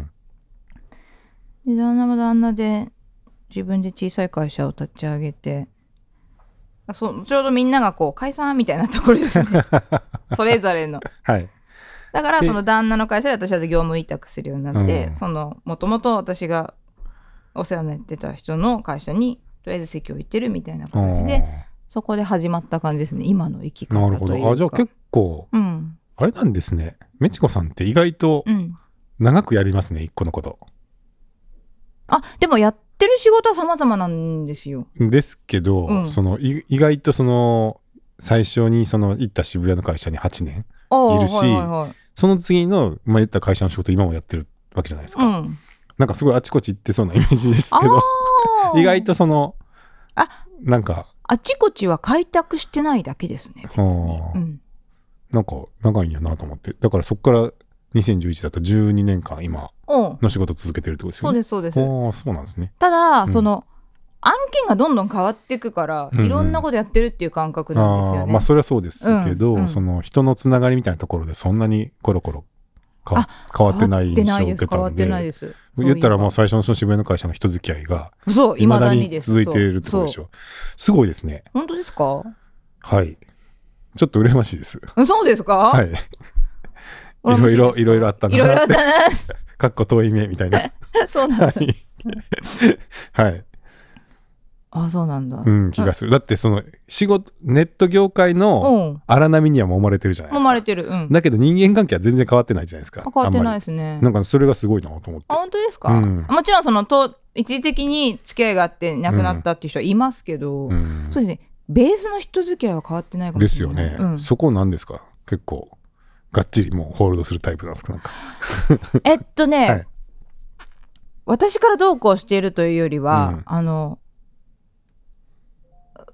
で旦那も旦那で自分で小さい会社を立ち上げてそちょうどみんながこう解散みたいなところですねそれぞれの、はい、だからその旦那の会社で私は業務委託するようになって、うん、そのもともと私がお世話になってた人の会社にとりあえず籍を置いてるみたいな形でそこで始まった感じですね今の生き方というか。なるほど。 あじゃあ結構、うん、あれなんですね。メチコさんって意外と長くやりますね、うん、一個のこと。 あでもやってる仕事は様々なんですよ。 ですけど、うん、その意外とその最初にその行った渋谷の会社にはちねんいるし、はいはいはい、その次の、まあ、言った会社の仕事今もやってるわけじゃないですか、うん、なんかすごいあちこち行ってそうなイメージですけど意外とそのあなんかあちこちは開拓してないだけですね別に、うん、 なんか長いんやなと思って。だからそこからにせんじゅういちだったらじゅうにねんかん今の仕事続けてるってことですよね。 そうですそうです。 あそうなんですね。 ただ、うん、その案件がどんどん変わっていくから、うんうん、いろんなことやってるっていう感覚なんですよね。 あまあそれはそうですけど、うんうん、その人のつながりみたいなところでそんなにコロコロ変わってない印象を受けたんで。 変わってないです。 言ったらもう最初のその渋谷の会社の人付き合いがいまだに続いているってことでしょ。すごいですね。 本当ですか？ はい。ちょっと羨ましいです。 そうですか？ はい。いろいろいろいろあったな。いろいろあったな。かっこ遠い目みたいな。 そうなんだ。 はい。 あ、そうなんだ。 うん、気がする。だってその仕事ネット業界の荒波には揉まれてるじゃないですか。 揉まれてる。うん。 だけど人間関係は全然変わってないじゃないですか。 変わってないですね。 なんかそれがすごいなと思って。 あ、本当ですか？うん、もちろんそのと一時的に付き合いがあって亡くなったっていう人はいますけど、うん、そうですね。ベースの人付き合いは変わってないかもしれない。 ですよね。うん、そこなんですか？結構がっちりもうホールドするタイプなんですか？なんかえっとね、はい、私からどうこうしているというよりは、うん、あの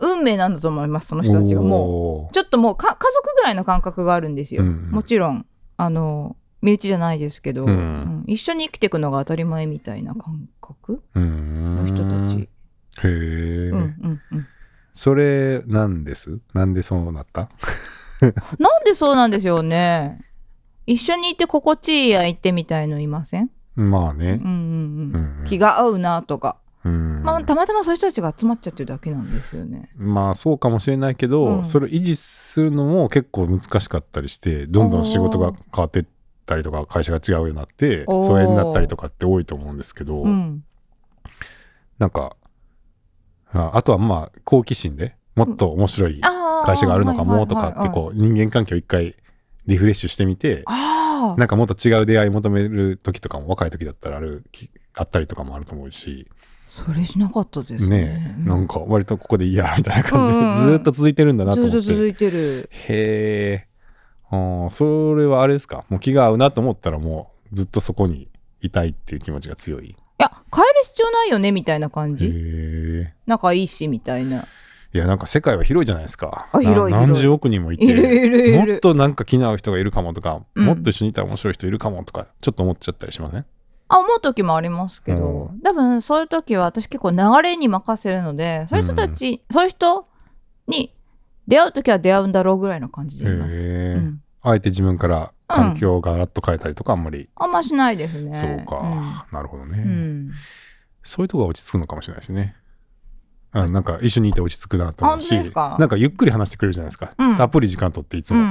運命なんだと思います。その人たちがもうちょっともうか家族ぐらいの感覚があるんですよ、うん、もちろんあの身内じゃないですけど、うんうん、一緒に生きていくのが当たり前みたいな感覚の人たち。 へえ、うんうんうん、それなんですなんでそうなったなんでそうなんですよね。一緒にいて心地いい相手みたいのいません？ まあね、 うんうんうんうん、気が合うなとか、うんまあ、たまたまそういう人たちが集まっちゃってるだけなんですよね。 まあそうかもしれないけど、うん、それを維持するのも結構難しかったりしてどんどん仕事が変わってったりとか会社が違うようになって疎遠になったりとかって多いと思うんですけど、うん、なんかあ, あとはまあ好奇心でもっと面白い会社があるのかもとかってこう人間関係を一回リフレッシュしてみてなんかもっと違う出会い求める時とかも若い時だったらあるあったりとかもあると思うし、 それしなかったです ね, ね、 うん、なんか割とここでいいやみたいな感じで、うんうん、ずっと続いてるんだなと思って。 ずっと続いてる。 へえ、あ、それはあれですか、もう気が合うなと思ったらもうずっとそこにいたいっていう気持ちが強い？ いや変える必要ないよねみたいな感じ。へ仲いいしみたいな。 いやなんか世界は広いじゃないですか。 あ広い広い何十億人もいているいるいるもっとなんか気の合う人がいるかもとか、うん、もっと一緒にいたら面白い人いるかもとかちょっと思っちゃったりしません？ あ思う時もありますけど、うん、多分そういう時は私結構流れに任せるのでそういう人たち、うん、そういう人に出会う時は出会うんだろうぐらいの感じでいます、うん、 あえて自分から環境をガラッと変えたりとかあんまり、うん、 あんましないですね。 そうか、うん、なるほどね、うん、そういうとこが落ち着くのかもしれないですね。あなんか一緒にいて落ち着くなと思うし、なんかゆっくり話してくれるじゃないですか、うん、たっぷり時間取っていつも、うんうん、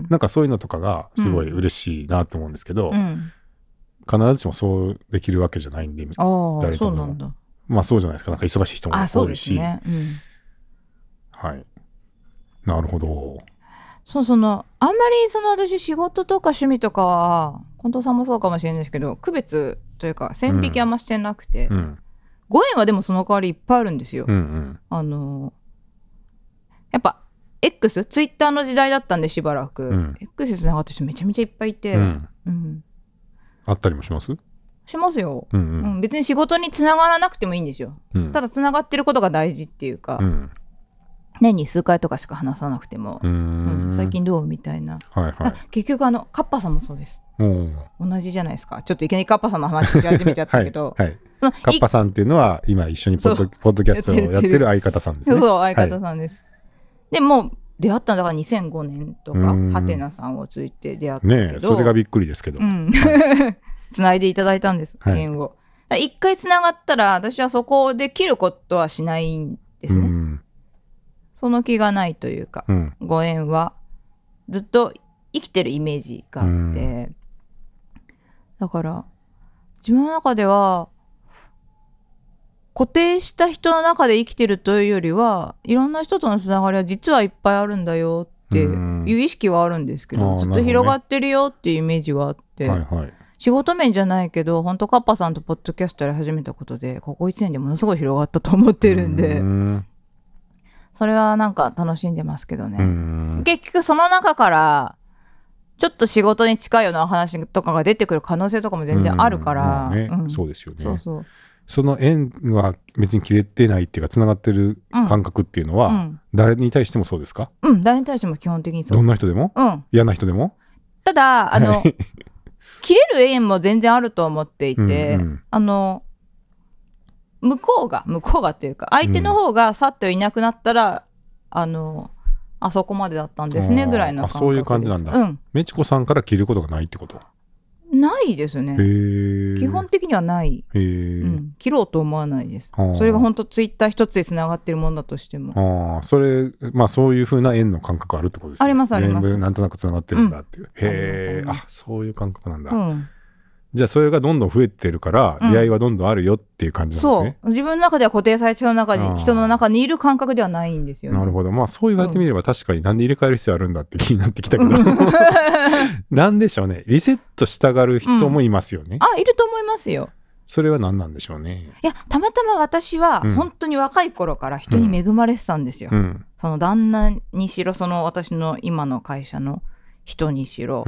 なんかそういうのとかがすごい嬉しいなと思うんですけど、うん、必ずしもそうできるわけじゃないんで、誰ともまあそうじゃないですか、なんか忙しい人も多いし、ねうん、はいなるほど。 そうそのあんまりその私仕事とか趣味とかは近藤さんもそうかもしれないですけど区別というか線引きあんましてなくて、うんうんご縁はでもその代わりいっぱいあるんですよ、うんうん、あのやっぱ X ツイッターの時代だったんでしばらく、うん、X でつながってる人めちゃめちゃいっぱいいて、うんうん、 あったりもします？ しますよ、うんうんうん、別に仕事につながらなくてもいいんですよ、うん、ただつながってることが大事っていうか、うん、年に数回とかしか話さなくても、うんうん、最近どうみたいな、はいはい、結局あのカッパさんもそうです。同じじゃないですか。ちょっといきなりカッパさんの話し始めちゃったけど、はいはい、 カッパさんっていうのは今一緒にポッド、ポッドキャストをやってる相方さんですね。 そう相方さんです、はい、でもう出会ったのだからにせんごねんとかハテナさんをついて出会ったけどね、 それがびっくりですけど、うん、 つないでいただいたんです、はい、縁を一回つながったら私はそこで切ることはしないんですね、うん、その気がないというか、うん、ご縁はずっと生きてるイメージがあって、うんだから自分の中では固定した人の中で生きてるというよりはいろんな人とのつながりは実はいっぱいあるんだよっていう意識はあるんですけど、ずっと広がってるよっていうイメージはあって、はいはい、仕事面じゃないけど本当カッパさんとポッドキャストやり始めたことでここいちねんでものすごい広がったと思ってるんで、うんそれはなんか楽しんでますけどね。うん結局その中からちょっと仕事に近いような話とかが出てくる可能性とかも全然あるから、まあねうん、そうですよね。 そうそうその縁は別に切れてないっていうかつながってる感覚っていうのは、うん、誰に対してもそうですか？ うん誰に対しても基本的にそう。 どんな人でも、うん、嫌な人でも。 ただあの切れる縁も全然あると思っていて、うんうん、あの向こうが向こうがっていうか相手の方がさっといなくなったら、うん、あのあそこまでだったんですねぐらいの感覚です。あそういう感じなんだ。うん、 メチコさんから切ることがないってこと？ ないですね。基本的にはない、へうん、切ろうと思わないです。それが本当ツイッター一つでつながってるものだとしてもあそれ、まあ、そういう風な縁の感覚あるってことですね。 ありますあります。 全部なんとなくつながってるんだっていう、うん、へえあそういう感覚なんだ、うんじゃあそれがどんどん増えてるから、うん、出会いはどんどんあるよっていう感じなんですね。 そう自分の中では固定されてる中に人の中にいる感覚ではないんですよね。 なるほどまあそう言われてみれば確かになんで入れ替える必要あるんだって気になってきたけどなんでしょうねリセットしたがる人もいますよね、 うん、あいると思いますよ。 それは何なんでしょうね。 いやたまたま私は本当に若い頃から人に恵まれてたんですよ、うん、その旦那にしろその私の今の会社の人にしろ、うん、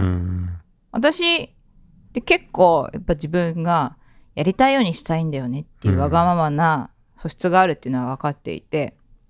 私で結構やっぱ自分がやりたいようにしたいんだよねっていうわがままな素質があるっていうのは分かっていて、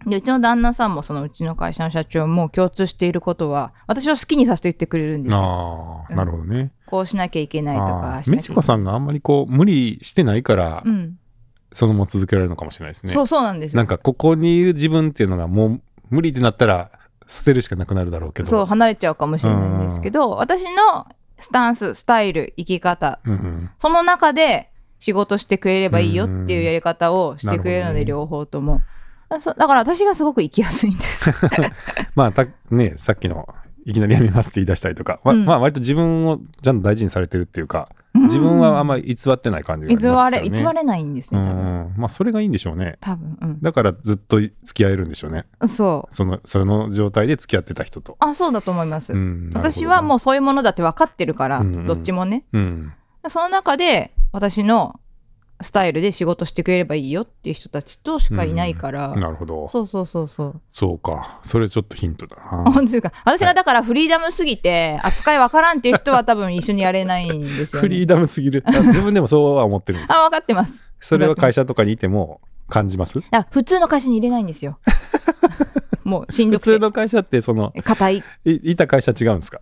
でうちの旦那さんもそのうちの会社の社長も共通していることは私を好きにさせて言ってくれるんですよ。 ああ、うん、なるほどね。 こうしなきゃいけないとか。 美智子さんがあんまりこう無理してないから、うん、そのまま続けられるのかもしれないですね。 そうそうなんです。 なんかここにいる自分っていうのがもう無理ってなったら捨てるしかなくなるだろうけど、 そう離れちゃうかもしれないんですけど、私のスタンススタイル生き方、うんうん、その中で仕事してくれればいいよっていうやり方をしてくれるので、ね、両方ともだから私がすごく生きやすいんですまあたねさっきのいきなりやめますって言い出したりとか、うん、まあ割と自分をちゃんと大事にされてるっていうか、うん、自分はあんまり偽ってない感じがありますよね。 偽れ、偽れないんですね多分、うん、 まあそれがいいんでしょうね多分、うん、 だからずっと付き合えるんでしょうね。 そうそのその状態で付き合ってた人と。 あそうだと思います、うん、私はもうそういうものだって分かってるから、うんうん、どっちもね、うん、その中で私のスタイルで仕事してくれればいいよっていう人たちとしかいないから、 うん、なるほど。 そうそうそうそうそうか、それちょっとヒントだな。 本当ですか。私がだからフリーダムすぎて扱いわからんっていう人は多分一緒にやれないんですよね。 フリーダムすぎる。自分でもそうは思ってるんです。 あ、分かってます。 それは会社とかにいても感じます？ あ、普通の会社に入れないんですよ。もうしんどくて。 普通の会社ってその硬い。 い、いた会社違うんですか？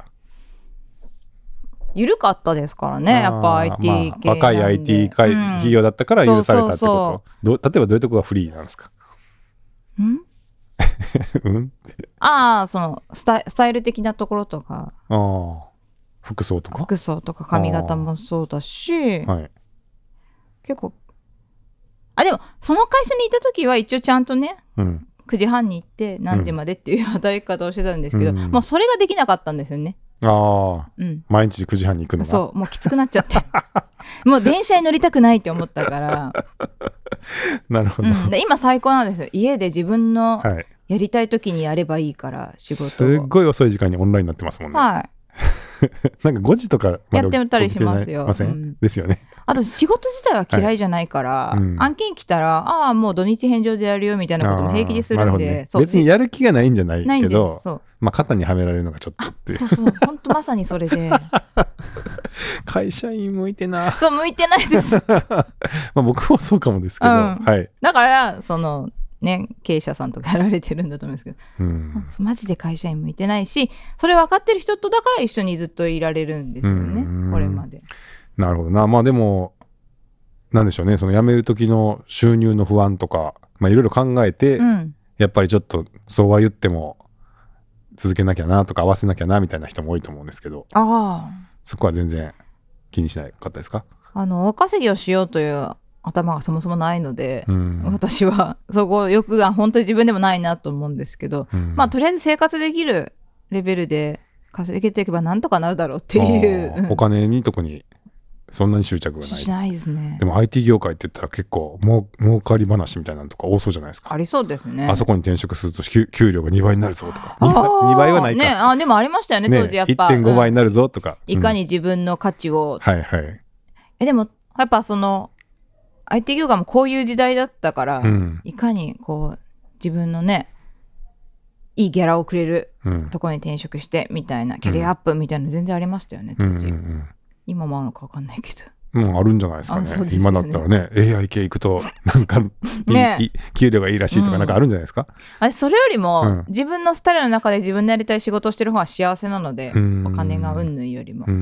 緩かったですからね、やっぱ アイティー 系なんで、 まあ、若い アイティー 会、うん、企業だったから許されたってこと。そうそうそう。ど例えばどういうとこがフリーなんですか？んうん、 ああ、そのスタイ、スタイル的なところとか、 あ服装とか服装とか髪型もそうだし、はい、結構あでもその会社にいた時は一応ちゃんとね、うん、くじはんに行って何時までっていう働き方をしてたんですけど、うん、もうそれができなかったんですよね。 ああ、うん、毎日くじはんに行くのがそうもうきつくなっちゃってもう電車に乗りたくないって思ったからなるほど、うん、 で今最高なんですよ。家で自分のやりたい時にやればいいから仕事を、 すっごい遅い時間にオンラインになってますもんね。 はいなんかごじとかまでやってみたりしますよ、 ません、うん、ですよね。 あと仕事自体は嫌いじゃないから、はいうん、案件来たらああもう土日返上でやるよみたいなことも平気でするんで、 ね、そう別にやる気がないんじゃないけどそうまあ、肩にはめられるのがちょっとってそうそう本当まさにそれで会社員向いてなそう向いてないですまあ僕もそうかもですけど、うん、はい、 だからそのね、経営者さんとかやられてるんだと思うんですけど、うん、マジで会社員向いてないしそれ分かってる人とだから一緒にずっといられるんですよねこれまで。 なるほどな。まあでもなんでしょうね、その辞める時の収入の不安とかいろいろ考えて、うん、やっぱりちょっとそうは言っても続けなきゃなとか合わせなきゃなみたいな人も多いと思うんですけど、あそこは全然気にしなかったですか？ あのお稼ぎをしようという頭がそもそもないので、うん、私はそこ欲が本当に自分でもないなと思うんですけど、うん、まあとりあえず生活できるレベルで稼げていけばなんとかなるだろうっていう、うん、 お金に特にそんなに執着がない。 しないですね。 でも アイティー 業界って言ったら結構もう儲かり話みたいなのとか多そうじゃないですか。 ありそうですね。 あそこに転職すると 給, 給料がにばいになるぞとか に, ばにばいはないか、 ね、あでもありましたよね当時やっぱ、 ね、いってんごばいになるぞとか、 うん、いかに自分の価値を、 はいはいえでもやっぱそのアイティー 業界もこういう時代だったから、うん、いかにこう自分のねいいギャラをくれるところに転職してみたいな、うん、キャリアアップみたいなの全然ありましたよね当時、うんうんうん、今もあるのか分かんないけどもうあるんじゃないですか ね, すね今だったらね エーアイ 系行くとなんかねいい給料がいいらしいとかなんかあるんじゃないですか、うん、 あれそれよりも、うん、自分のスタイルの中で自分のやりたい仕事をしてる方が幸せなのでお金がうんぬんよりもうん、うん、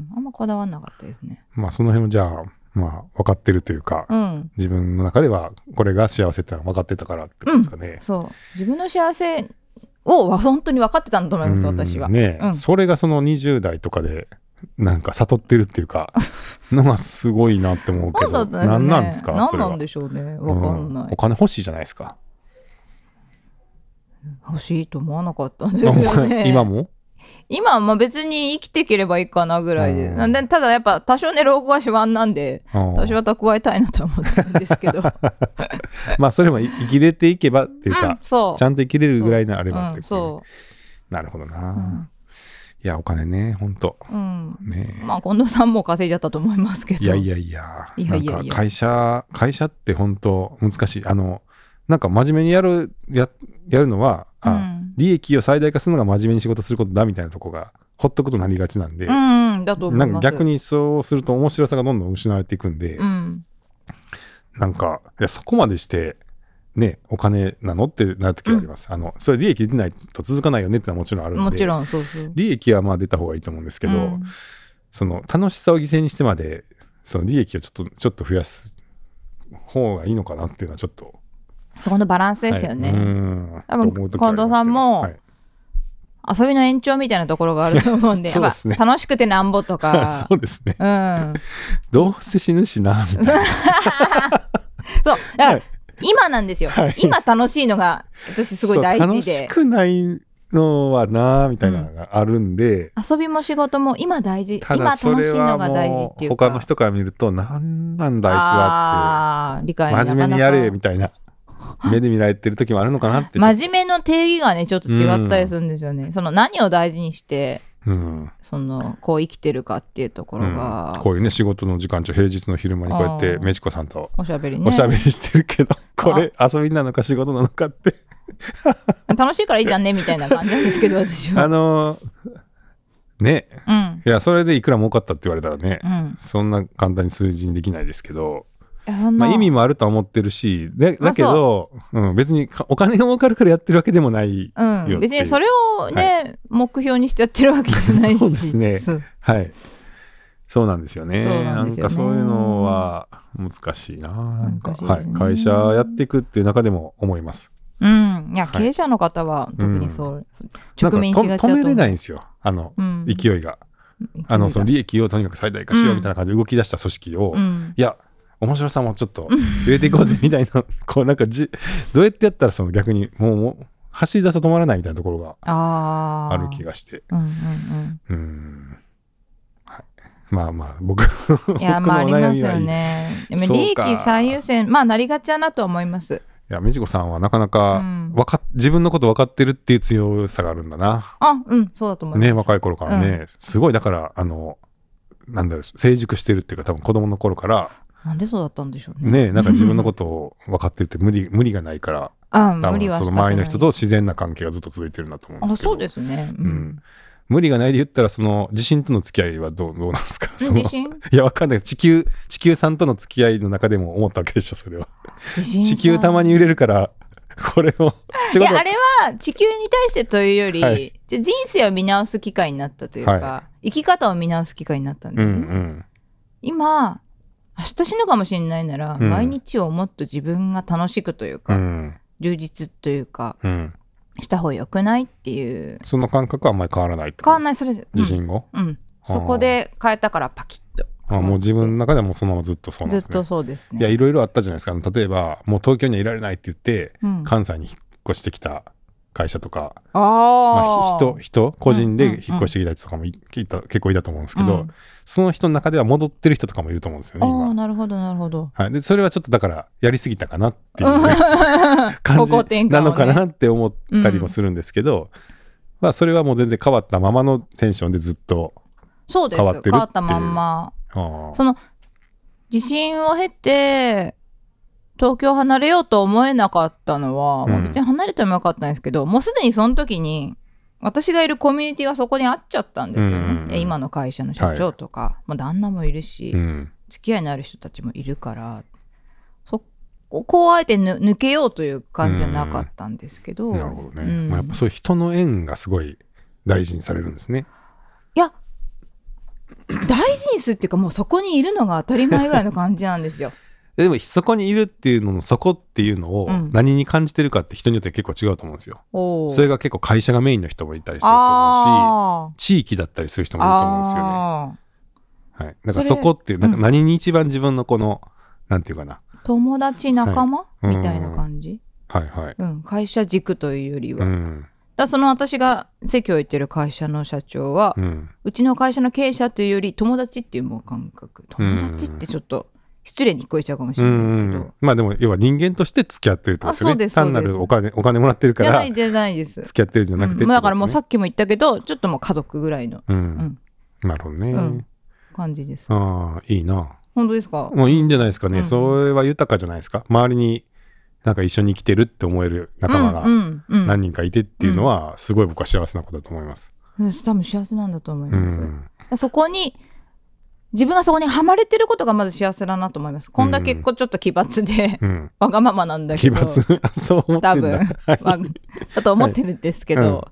あんまこだわんなかったですね。 まあその辺もじゃあまあ分かってるというか、うん、自分の中ではこれが幸せってのは分かってたからってことですかね、 うん、そう自分の幸せを本当に分かってたんだと思います私はね、うん、それがそのにじゅう代とかでなんか悟ってるっていうかのがすごいなって思うけど何、ね、 なんなんですか何なんでしょうね分かんない、うん、 お金欲しいじゃないですか。 欲しいと思わなかったんですよね今も今はまあ別に生きていければいいかなぐらいで、うん、でただやっぱ多少ね老後は不安なんで多少は蓄えたいなとは思ってるんですけどまあそれも生きれていけばっていうか、うん、そうちゃんと生きれるぐらいのあればっていう、うん、そうなるほどな、うん、いやお金ねほんと、うんね、 まあ近藤さんも稼いじゃったと思いますけどいやいやいやいやいやいやなんか会社会社って本当難しい。あのなんか真面目にやる や, やるのはあ、うん、利益を最大化するのが真面目に仕事することだみたいなとこがほっとくとなりがちなんで、 うんうん、だと思います。 なんか逆にそうすると面白さがどんどん失われていくんで、うん、なんかいやそこまでしてね、お金なのってなるときはあります、うん、あのそれ利益出ないと続かないよねってのはもちろんあるんで、 もちろんそうそう利益はまあ出た方がいいと思うんですけど、うん、その楽しさを犠牲にしてまでその利益をちょっとちょっと増やす方がいいのかなっていうのはちょっとそこのバランスですよね、はい、うん多分近藤さんも、はい、遊びの延長みたいなところがあると思うんでそうですね、楽しくてなんぼとかそうですね、うん、どうせ死ぬしなみたいなそうだから、はい、今なんですよ、はい、今楽しいのが私すごい大事で、楽しくないのはなみたいなのがあるんで、 うん、遊びも仕事も今大事、今楽しいのが大事っていうか、 他の人から見るとなんなんだあいつはって理解真面目にやれみたいな目で見られてる時もあるのかなって真面目の定義がねちょっと違ったりするんですよね、うん、その何を大事にして、うん、そのこう生きてるかっていうところが、 うん、こういうね仕事の時間中平日の昼間にこうやってメチコさんとおしゃべりねおしゃべりしてるけどこれ遊びなのか仕事なのかって楽しいからいいじゃんねみたいな感じなんですけど私はあのー、ね、うん、いやそれでいくら儲かったって言われたらね、うん、そんな簡単に数字にできないですけど、まあ、意味もあるとは思ってるしでだけど、うん、別にお金が儲かるからやってるわけでもないよ、うん、 別にそれをね、はい、目標にしてやってるわけじゃないしそうですねはいそうなんですよね。なんかそういうのは難しいな、なんか、はい、会社やっていくっていう中でも思います。 うん、いや、経営者の方は特にそう、うん、直面しがちだと思う。 止めれないんですよ、あの、うん、勢いが。あのその利益をとにかく最大化しようみたいな感じで動き出した組織を、うん、いや面白さもちょっと入れていこうぜみたいなこうなんかじどうやってやったらその逆にもうもう走り出すと止まらないみたいなところがある気がして、うんうんうんうんはい、まあまあ僕いやまあありますよね。でも利益最優先まあなりがちだなと思います。 いや美智子さんはなかなかわか、うん、自分のこと分かってるっていう強さがあるんだな。 あうんそうだと思います。 ね若い頃からね、うん、すごいだからあのなんだろう成熟してるっていうか多分子供の頃からなんでそうだったんでしょうね。 ねなんか自分のことを分かってるって無理無理がないからあ無理はその周りの人と自然な関係がずっと続いてるんだと思うんですけど。 あそうですね、うんうん、 無理がないで言ったらその地震との付き合いはどう、どうなんですか。その地震いやわかんない地球地球さんとの付き合いの中でも思ったわけでしょそれは。地球たまに揺れるからこれをいやあれは地球に対してというより、はい、人生を見直す機会になったというか、はい、生き方を見直す機会になったんです、ねうんうん、今明日死ぬかもしれないなら、うん、毎日をもっと自分が楽しくというか、うん、充実というか、うん、した方がよくないっていうその感覚はあんまり変わらないって変わらないそれで地震後、 うんうん、そこで変えたからパキッとあもう自分の中ではもうそのままずっとそうなんですね。 ずっとそうですね。 いやいろいろあったじゃないですか。例えばもう東京にはいられないって言って、うん、関西に引っ越してきた会社とかあ、まあ、人, 人個人で引っ越してきた人とかもい、うんうん、結構いたと思うんですけど、うん、その人の中では戻ってる人とかもいると思うんですよね。 あなるほどなるほど、 はい、でそれはちょっとだからやりすぎたかなっていう感じなのかなって思ったりもするんですけど、うんまあ、それはもう全然変わったままのテンションでずっと変わってるっていう。そうです変わったまんまその地震を経て東京離れようと思えなかったのは、うんまあ、別に離れてもよかったんですけどもうすでにその時に私がいるコミュニティがそこにあっちゃったんですよね、うんうん、今の会社の社長とか、はいまあ、旦那もいるし、うん、付き合いのある人たちもいるからそこをあえて抜けようという感じじゃなかったんですけど、うん、 なるほどね、うんまあ、やっぱそういう人の縁がすごい大事にされるんですね。 いや大事にするっていうかもうそこにいるのが当たり前ぐらいの感じなんですよでもそこにいるっていうののそこっていうのを何に感じてるかって人によって結構違うと思うんですよ、うん、それが結構会社がメインの人もいたりすると思うし地域だったりする人もいると思うんですよね、はい、だからそこっていうなんか何に一番自分のこの、うん、なんていうかな友達仲間、はい、みたいな感じ、 はいはいうん、会社軸というよりは、うんだその私が席を置いてる会社の社長は、うん、うちの会社の経営者というより友達っていうもう感覚友達ってちょっっと失礼に聞こえちゃうかもしれないけど、うんうん、 まあでも要は人間として付き合ってるってことですよね。そうです単なるお金お金もらってるからじゃないです付き合ってるじゃなくて、 うん、だからもうさっきも言ったけどちょっともう家族ぐらいの、 うんうん、なるほどね、うん、 感じです。 ああいいな。 本当ですか。 もういいんじゃないですかね、うん、それは豊かじゃないですか。周りになんか一緒に生きてるって思える仲間が何人かいてっていうのはすごい僕は幸せなことだと思います。 私多分幸せなんだと思います、うん、そこに自分がそこにはまれてることがまず幸せだなと思います。こんだけこうちょっと奇抜で、うん、わがままなんだけど、 奇抜そう思ってんだ多分、 はい、だと思ってるんですけど、はい、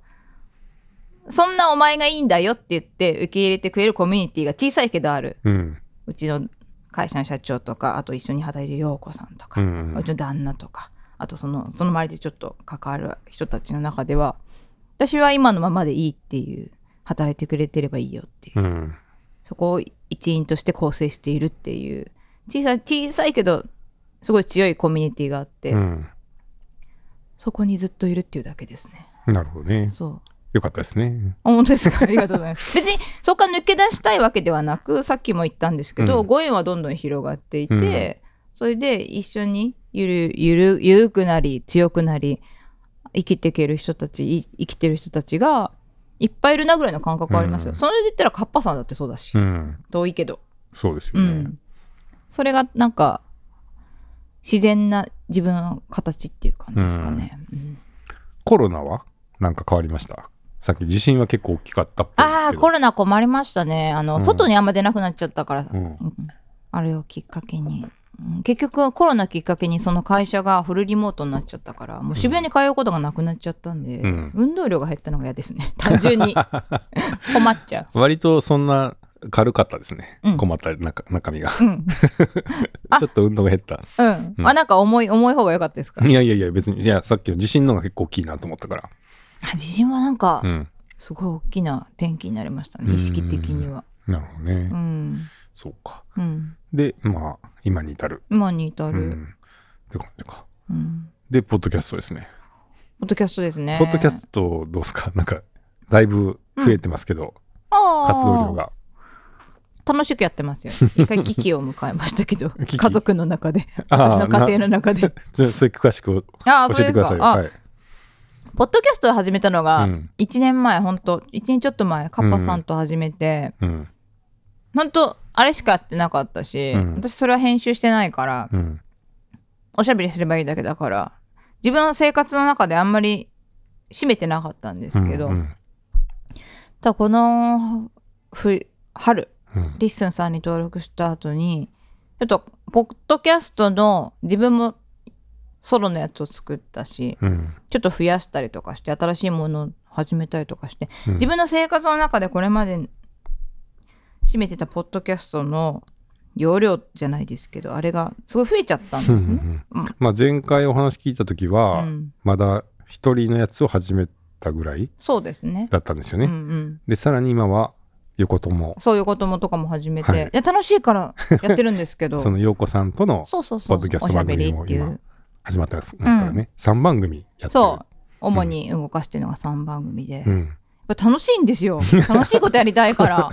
そんなお前がいいんだよって言って受け入れてくれるコミュニティが小さいけどある、うん、うちの会社の社長とか、あと一緒に働いてる陽子さんとか、うん、うちの旦那とか、あとそのその周りでちょっと関わる人たちの中では、私は今のままでいいっていう、働いてくれてればいいよっていう、うん、そこを一員として構成しているっていう小さい小さいけどすごい強いコミュニティがあって、うん、そこにずっといるっていうだけですね。 なるほどね。そうよかったですね。 本当ですか。ありがとうございます。別にそこから抜け出したいわけではなく、さっきも言ったんですけど、うん、ご縁はどんどん広がっていて、うん、それで一緒にゆるゆるゆるくなり強くなり生きていける人たち、生きてる人たちがいっぱいいるなぐらいの感覚ありますよ、うん、それで言ったらカッパさんだってそうだし、うん、遠いけどそうですよね、うん、 それがなんか自然な自分の形っていう感じですかね、うんうん、 コロナはなんか変わりました？さっき地震は結構大きかったっぽいですけど。 ああコロナ困りましたね。あの、うん、外にあんま出なくなっちゃったから、うんうん、あれをきっかけに、うん、結局コロナきっかけにその会社がフルリモートになっちゃったから、もう渋谷に通うことがなくなっちゃったんで、うん、運動量が減ったのが嫌ですね。単純に困っちゃう。 割とそんな軽かったですね、うん、困った中, 中身が、うん、ちょっと運動が減った、 うんうん、あなんか重い重い方が良かったですか？ いやいやいや別に、いやさっきの地震の方が結構大きいなと思ったから。 地震はなんか、うん、すごい大きな転機になりましたね、意識的には。 なるほどね、うん、そうか、うん、でまあ今に至る今に至る、うん、 って感じか、うん、でポッドキャストですね。 ポッドキャストですね。 ポッドキャストどうですか？なんかだいぶ増えてますけど、うん、活動量が楽しくやってますよ。一回危機を迎えましたけど家族の中で私の家庭の中でじゃあそれ詳しく教えてくださいよ。はい、 ポッドキャストを始めたのがいちねんまえ、うん、ほんといちねんちょっと前カッパさんと始めて、うん、ほんとあれしかやってなかったし、うん、私それは編集してないから、うん、おしゃべりすればいいだけだから自分の生活の中であんまり占めてなかったんですけど、うんうん、ただこの冬春、うん、リッスンさんに登録した後にちょっとポッドキャストの自分もソロのやつを作ったし、うん、ちょっと増やしたりとかして新しいものを始めたりとかして、うん、自分の生活の中でこれまで占めてたポッドキャストの容量じゃないですけどあれがすごい増えちゃったんですね、うんうんまあ、前回お話聞いた時は、うん、まだ一人のやつを始めたぐらいそうですねだったんですよね、うんうん、でさらに今は横友そう横友とかも始めて、はい、いや楽しいからやってるんですけどその陽子さんとのポッドキャスト番組も今始まってますからね、うん、さんばん組やってる。 そう主に動かしてるのがさんばん組で、うん、やっぱ楽しいんですよ。楽しいことやりたいから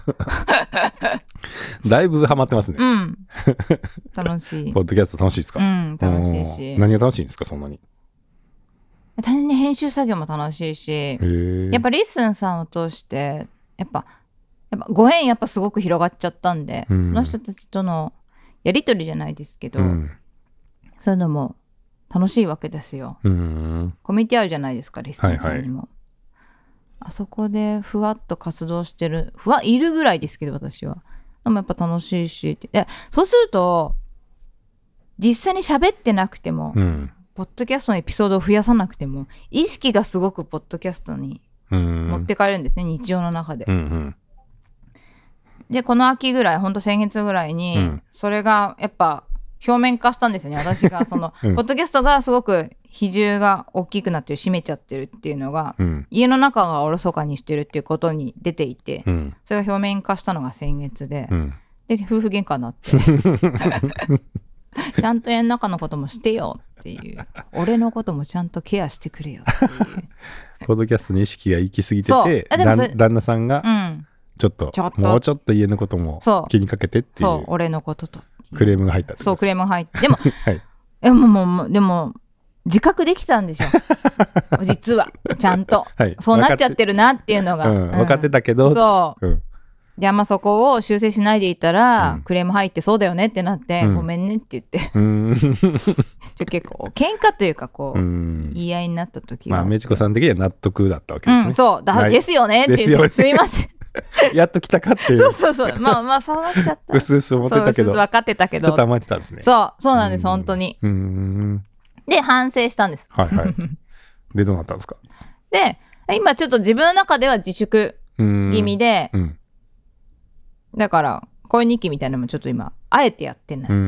だいぶハマってますね、うん、 楽しいポッドキャスト楽しいですか？ うん楽しいし何が楽しいんですか？そんなに単純に編集作業も楽しいしやっぱリッスンさんを通してやっぱやっぱご縁やっぱすごく広がっちゃったんで、うん、その人たちとのやり取りじゃないですけど、うん、そういうのも楽しいわけですよ。うんコミュニティあるじゃないですかリッスンさんにも、はいはい、あそこでふわっと活動してるふわいるぐらいですけど私はでもやっぱ楽しいしいやそうすると実際に喋ってなくても、うん、ポッドキャストのエピソードを増やさなくても意識がすごくポッドキャストに持ってかれるんですね、日常の中で、うんうん、でこの秋ぐらいほんと先月ぐらいに、うん、それがやっぱ表面化したんですよね。私がその、うん、ポッドキャストがすごく比重が大きくなってる、占めちゃってるっていうのが、うん、家の中がおろそかにしてるっていうことに出ていて、うん、それが表面化したのが先月で、うん、で夫婦喧嘩になってちゃんと家の中のこともしてよっていう俺のこともちゃんとケアしてくれよっていうポッドキャストに意識が行き過ぎてて旦那さんが、うんちょっともうちょっと家のことも気にかけてっていうそう俺のこととクレームが入ったそうクレームが入ってでも、はい、でももうでも自覚できたんですよ実はちゃんと、はい、そうなっちゃってるなっていうのが、 うんうん、分かってたけどそう、うん、でまあそこを修正しないでいたら、うん、クレーム入ってそうだよねってなって、うん、ごめんねって言ってうんちょ結構喧嘩というかこう、うん、言い合いになった時はまあめちこさん的には納得だったわけですね、 うん、そうだですよねって言ってすいませんやっと来たかっていう。 そうそうそう。まあまあ、触っちゃった。 うすうす思ってたけど。 そう、うすうす分かってたけど。 ちょっと甘えてたんですね。 そう、そうなんです、本当に。 うん。 で、反省したんです。 はいはい。で、どうなったんですか？ で、今ちょっと自分の中では自粛気味で、うん、だから、恋日記みたいなのもちょっと今、あえてやってない。うん、うん、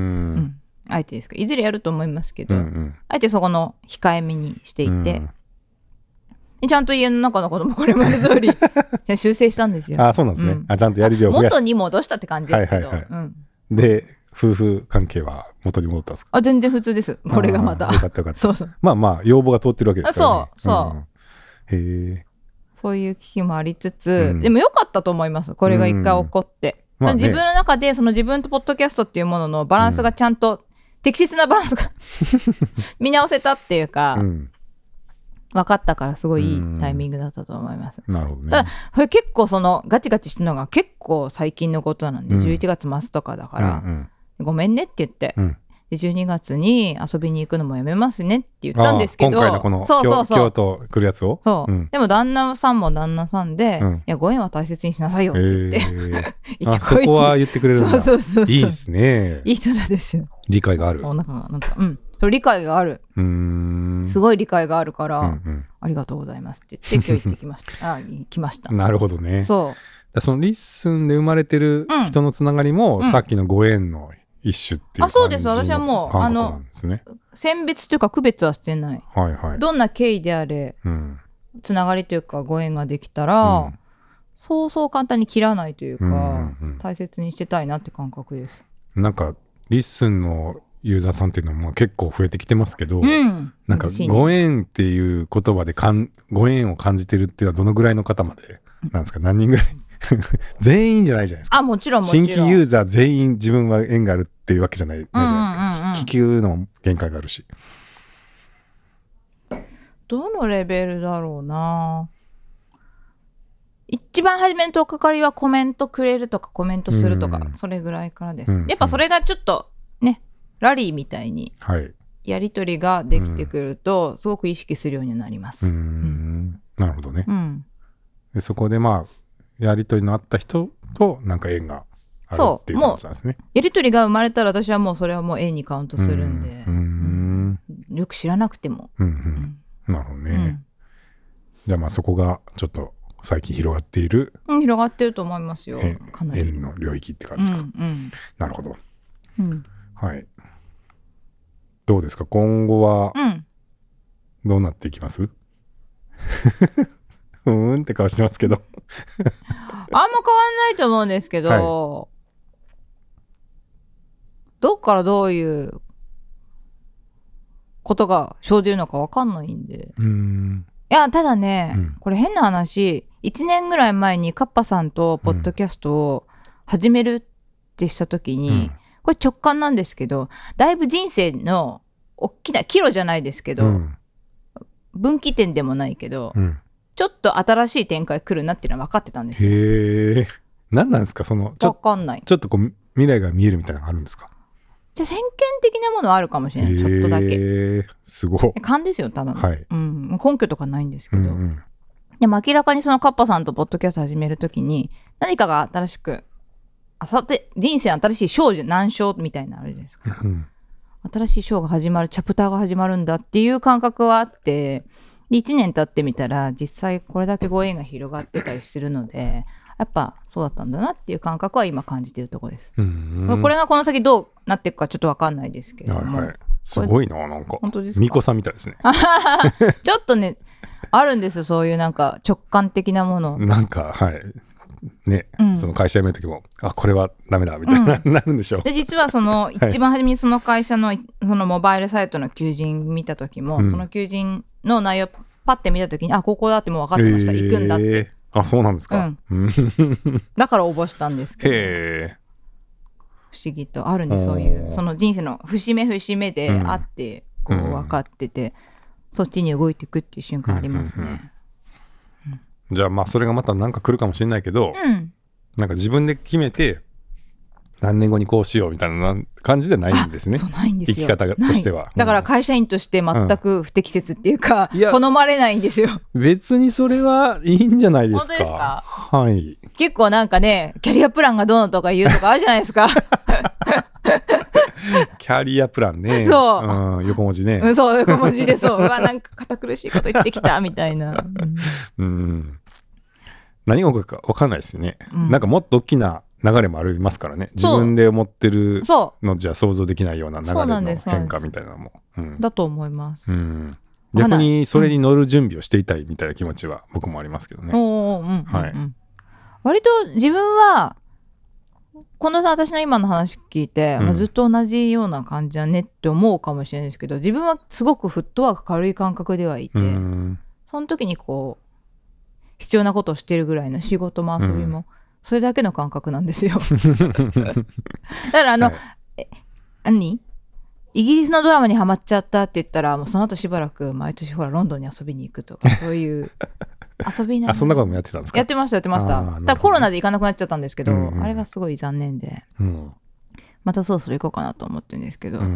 あえてですか。いずれやると思いますけど、うんうん、あえてそこの控えめにしていて、うん、ちゃんと家の中のこともこれまで通り修正したんですよ。 あ、そうなんですね。うん、あ、ちゃんとやり量を増やし元に戻したって感じですけど。はいはいはい、 うん、で、夫婦関係は元に戻ったんですか？ あ、全然普通です。これがまた。 よかったよかった。 そうそう。 まあまあ、要望が通ってるわけですからね。 そうそう。うん、 へえ。 そういう危機もありつつ、うん、でも良かったと思います。これが一回起こって。うん、まあね、自分の中でその自分とポッドキャストっていうもののバランスがちゃんと、うん、適切なバランスが見直せたっていうか、うん、分かったからすごいいいタイミングだったと思います。 なるほどね。 ただこれ結構そのガチガチしてるのが結構最近のことなんで、うん、じゅういちがつ末とかだから、うんうん、ごめんねって言って、うん、でじゅうにがつに遊びに行くのもやめますねって言ったんですけど、 今回のこのそうそうそう京都来るやつをそう、うん、でも旦那さんも旦那さんで、うん、いやご縁は大切にしなさいよって言って、えー、言ってこいってそこは言ってくれるんだ。 そうそうそうそう、 いいですね。 いい人なんですよ。 理解がある。 なんかなんかうん理解がある。うーんすごい理解があるから、うんうん、ありがとうございますって言って今日行ってきましたあ行きました。 なるほどね。 そうだそのリッスンで生まれてる人のつながりも、うん、さっきのご縁の一種っていう感じの感覚なんですね。あ、そうです。私はもうあの選別というか区別はしてない、 はいはい、 どんな経緯であれ、うん、つながりというかご縁ができたら、うん、そうそう簡単に切らないというか、うんうんうん、大切にしてたいなって感覚です。 なんかリッスンのユーザーさんっていうのも結構増えてきてますけど、うん、なんかご縁っていう言葉でかんご縁を感じてるっていうのはどのぐらいの方までなんですか？何人ぐらい全員じゃないじゃないですか。 あ、もちろんもちろん。 新規ユーザー全員自分は縁があるっていうわけじゃない、ないじゃないですか、うんうんうん、聞くのも限界があるし。 どのレベルだろうな。一番初めのとっかかりはコメントくれるとかコメントするとか、うん、それぐらいからです、うんうん、やっぱそれがちょっとねラリーみたいにやり取りができてくると、はい、すごく意識するようになります。 うーん、うん、なるほどね、うん、でそこでまあやり取りのあった人となんか縁があるっていう感じなんですね。 やり取りが生まれたら私はもうそれはもう縁にカウントするんで、うん、うん、よく知らなくても、うんうんうん、なるほどね、うん、じゃあまあそこがちょっと最近広がっている、 うん、広がってると思いますよ。かなり縁の領域って感じか、うんうん、なるほど、うん、はい。どうですか今後はどうなっていきます？うんうーんって顔してますけどあんま変わんないと思うんですけど、はい、どっからどういうことが生じるのか分かんないんで。うーんいやただね、うん、これ変な話いちねんぐらい前にカッパさんとポッドキャストを始めるってした時に、うん、これ直感なんですけどだいぶ人生の大きな岐路じゃないですけど、うん、分岐点でもないけど、うんちょっと新しい展開来るなっていうのは分かってたんですよ。 へえ。何なんですかそのちょ分かんない。 ちょっとこう未来が見えるみたいなのがあるんですか？ じゃあ先見的なものはあるかもしれない。ちょっとだけ。へえ。すごい。 勘ですよただの、はいうん、根拠とかないんですけど、うんうん、でも明らかにそのカッパさんとポッドキャスト始めるときに何かが新しくあさて人生の新しい章じゃ難章みたいなのあるじゃないですか、うん、新しい章が始まるチャプターが始まるんだっていう感覚はあっていちねん経ってみたら実際これだけご縁が広がってたりするのでやっぱそうだったんだなっていう感覚は今感じているところです。うんこれがこの先どうなっていくかちょっと分かんないですけれども、はいはい、 すごいななんか本当ですか巫女さんみたいですねちょっとねあるんですよそういうなんか直感的なものなんかはいね、うん、その会社辞める時もあこれはダメだみたいな、うん、なるんでしょう。 で実はその一番初めにその会社のそのモバイルサイトの求人見た時も、うん、その求人の内容パッて見た時にあここだってもう分かってました、えー、行くんだってあそうなんですか、うん、 だから応募したんですけどへ不思議とあるんでそういうその人生の節目節目であって、うん、こう分かってて、うん、そっちに動いていくっていう瞬間ありますね、うんうんうん、 じゃあまあそれがまたなんか来るかもしれないけど、うん、なんか自分で決めて何年後にこうしようみたいな感じでないんですね。 そうないんですよ。 生き方としては。 だから会社員として全く不適切っていうか、うん、好まれないんですよ。 別にそれはいいんじゃないですか。 本当ですか？ はい。 結構なんかね、キャリアプランがどうのとか言うとかあるじゃないですか。 キャリアプランね。 そう、 うん、横文字ね。 うん、そう、横文字でそう。うわ、なんか堅苦しいこと言ってきたみたいな。 うん。うん、何が起こるか分かんないですね、うん。なんかもっと大きな流れもありますからね。自分で思ってるのじゃ想像できないような流れの変化みたいなのも。うん、 だと思います。 うん、逆にそれに乗る準備をしていたいみたいな気持ちは僕もありますけどね。 割と自分は近藤さん、私の今の話聞いて、うんまあ、ずっと同じような感じだねって思うかもしれないですけど、自分はすごくフットワーク軽い感覚ではいて、うんその時にこう必要なことをしてるぐらいの仕事も遊びも、うん、それだけの感覚なんですよ。だからあの、はい、え何イギリスのドラマにハマっちゃったって言ったら、もうその後しばらく毎年ほらロンドンに遊びに行くとか、そういう遊びなあそんなこともやってたんですか？ やってましたやってました。ただコロナで行かなくなっちゃったんですけど、うんうん、あれがすごい残念で、うん、またそろそろ行こうかなと思ってるんですけど、うん、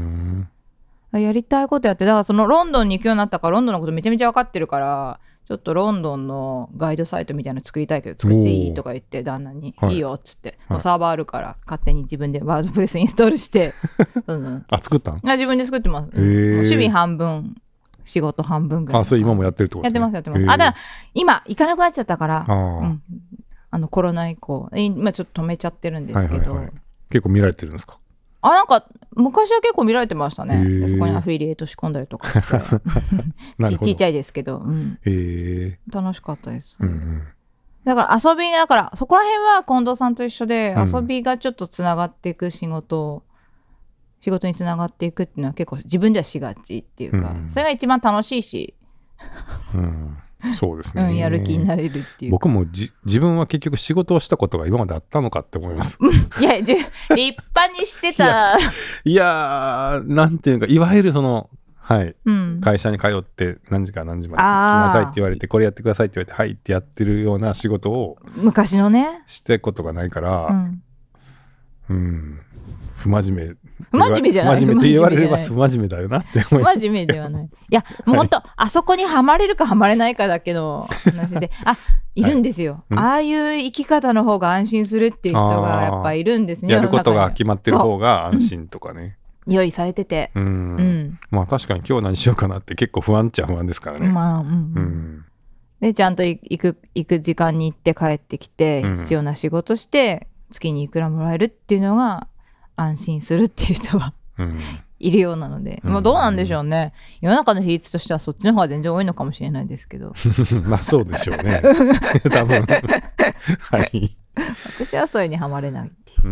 やりたいことやって、だからそのロンドンに行くようになったから、ロンドンのことめちゃめちゃ分かってるから、ちょっとロンドンのガイドサイトみたいなの作りたいけど作っていいとか言って旦那に、はい、いいよっつって、はい、サーバーあるから勝手に自分でワードプレスインストールしてあ作ったん？ 自分で作ってます、うん、趣味半分仕事半分ぐらい。 あ、それ今もやってるってことですね。 やってますやってます。あ、だから今行かなくなっちゃったから、あ、うん、あのコロナ以降今ちょっと止めちゃってるんですけど、はいはいはい、 結構見られてるんですか？ あ、なんか昔は結構見られてましたね。そこにアフィリエイト仕込んだりとかしてちっちゃいですけど、うん、へ楽しかったです、うんうん、だから遊びだからそこら辺は近藤さんと一緒で、うん、遊びがちょっとつながっていく仕事仕事につながっていくっていうのは結構自分ではしがちっていうか、うん、それが一番楽しいし、うんそうですね、 うん、やる気になれるっていう。 僕もじ自分は結局仕事をしたことが今まであったのかって思います。 いや立派にしてた。 いや、いやなんていうかいわゆるその、はいうん、会社に通って何時から何時まで来なさいって言われてこれやってくださいって言われてはいってやってるような仕事を昔のねしてことがないから、うん、うん不真面目不真面目じゃない。 真面目って言われれば不真面目だよなって思います。 不真面目ではない。いやもう本当、はい、あそこにはまれるかはまれないかだけの話であいるんですよ、はい、ああいう生き方の方が安心するっていう人がやっぱいるんですね。 やることが決まってる方が安心とかね用意されててうん、 うん、まあ確かに今日何しようかなって結構不安っちゃ不安ですからね。まあ、うんうんうんでちゃんと行く、行く時間に行って帰ってきて、うん、必要な仕事して月にいくらもらえるっていうのが安心するっていう人は、うん、いるようなので、まあ、どうなんでしょうね、うん、世の中の比率としてはそっちの方が全然多いのかもしれないですけどまあそうでしょうね多分はい私はそれにはまれないっていう、うん、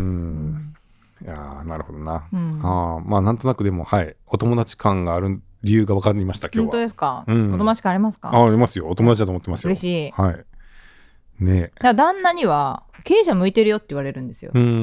いやなるほどな、うん、あまあなんとなくでもはいお友達感がある理由が分かりました今日は。 本当ですか、うん、お友達感ありますか？ あありますよ、お友達だと思ってますよ。 嬉しい。 はいね、 だから旦那には経営者向いてるよって言われるんですよ。うん、うん、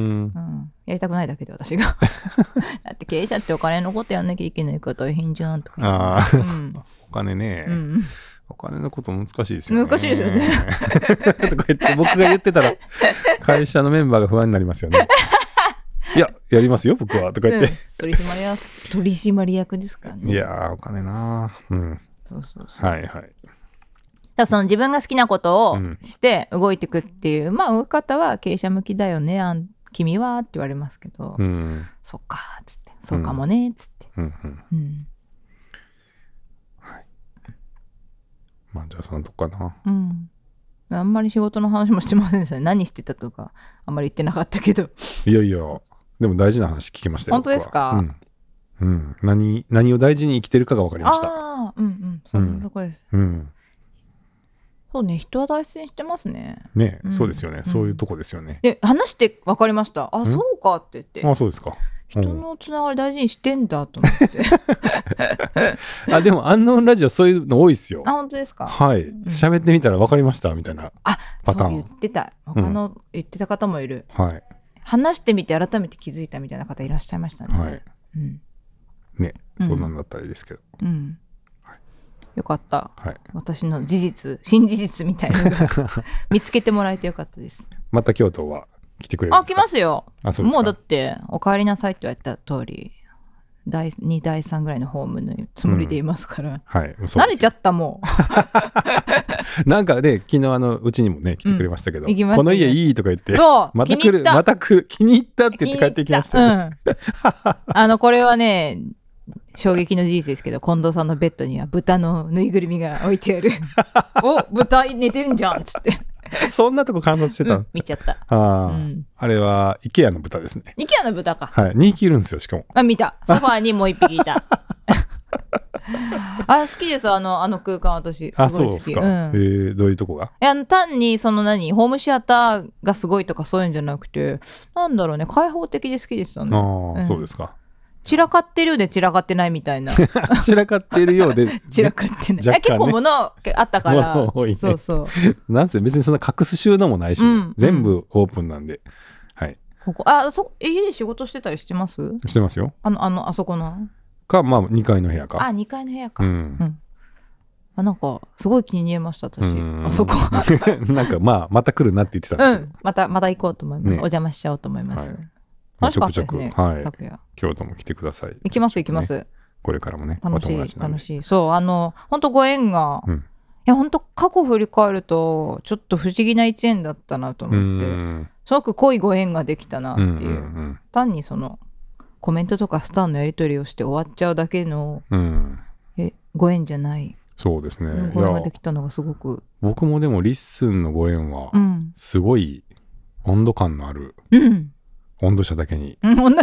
やりたくないだけで私がだって経営者ってお金のことやんなきゃいけないから大変じゃんとか。あ、うん、 お金ね、うん、お金のこと難しいですよね。 難しいですよねとか言って僕が言ってたら会社のメンバーが不安になりますよねいややりますよ僕はとか言って、うん、 取締役取締役ですからね。 いやお金なうんそうそうそうはいはい。 だその自分が好きなことをして動いていくっていう、うん、まあ動き方は経営者向きだよねあん君はって言われますけど、うん、そっかっつってそうかもねっつって、うんうんうんはい、まあじゃあそのとこかな、 うん、あんまり仕事の話もしてませんでしたね。何してたとかあんまり言ってなかったけど。 いやいやでも大事な話聞きましたよ。 本当ですか？ うん、うん、何, 何を大事に生きてるかが分かりました。 ああうんうんそんなとこです、うんうんそうね、人は大切にしてますね。 ね、うん、そうですよね、うん、そういうとこですよね。 で話して分かりました。あ、そうかって言って。 あ、そうですか。 人のつながり大事にしてんだと思ってあ、でもアンノーンラジオそういうの多いっすよ。 あ、本当ですか？ はい喋、うん、ってみたら分かりましたみたいなパターン。 そう言ってた他の、うん、言ってた方もいる、 はい、 話してみて改めて気づいたみたいな方いらっしゃいましたね。はい、うん、 ね、そんなんだったらいいですけど、うんうんよかった、 はい、 私の事実新事実みたいなのが見つけてもらえてよかったです。 また京都は来てくれるんですか？ あ、来ますよ。 あ、そうですか。 もうだってお帰りなさいって言われた通りだいにだいさんぐらいのホームのつもりでいますから、うん、 はい、 慣れちゃったもうなんかね、昨日あのうちにもね来てくれましたけど、うんね、 この家いいとか言って、 そうまた来るまた来る気に入ったって言って帰ってきましたよ、ね、 うん、あのこれはね衝撃の事実ですけど、近藤さんのベッドには豚のぬいぐるみが置いてあるお、豚寝てるんじゃんっつってそんなとこ観察してた、うん、 見ちゃった。 あ、うん、あれは IKEA の豚ですね。 IKEA の豚か。 はい、にひきいるんですよ。しかもあ、見た。ソファーにもういっぴきいたあ、好きです。あのあの空間私すごい好き。あ、そうですか、うん、 えー、どういうとこが？ いや、単にその何ホームシアターがすごいとかそういうんじゃなくて、なんだろうね、開放的で好きですよね。 あ、うん、そうですか。 散らかってるようで散らかってないみたいな散らかってるようで散らかってない、ね、結構物あったから物多い、ね、そうそうなんせ別にそんな隠す収納もないし、ね、うん、全部オープンなんで、はい、 ここあそ家で仕事してたりしてます？ してますよ。 あのあのあそこのか、まあにかいの部屋か。 あ、にかいの部屋か、 うんうん、あ、なんかすごい気に入りました私、あそこなんかまあまた来るなって言ってたんですけど、うん、 またまた行こうと思います、ね、お邪魔しちゃおうと思います、はい、 まあ、ちょくちょく、はい、京都も来てください。 行きます行きます、ね、 これからもね、 楽しい楽しい。そう、あの本当ご縁が、うん、いや本当過去振り返るとちょっと不思議な一縁だったなと思って、すごく濃いご縁ができたなっていう、うんうんうん、単にそのコメントとかスターのやり取りをして終わっちゃうだけの、うん、えご縁じゃない。 そうですね、 ご縁ができたのがすごく。僕もでもリッスンのご縁はすごい温度感のある、 うん、 温度差だけに、 うん、温度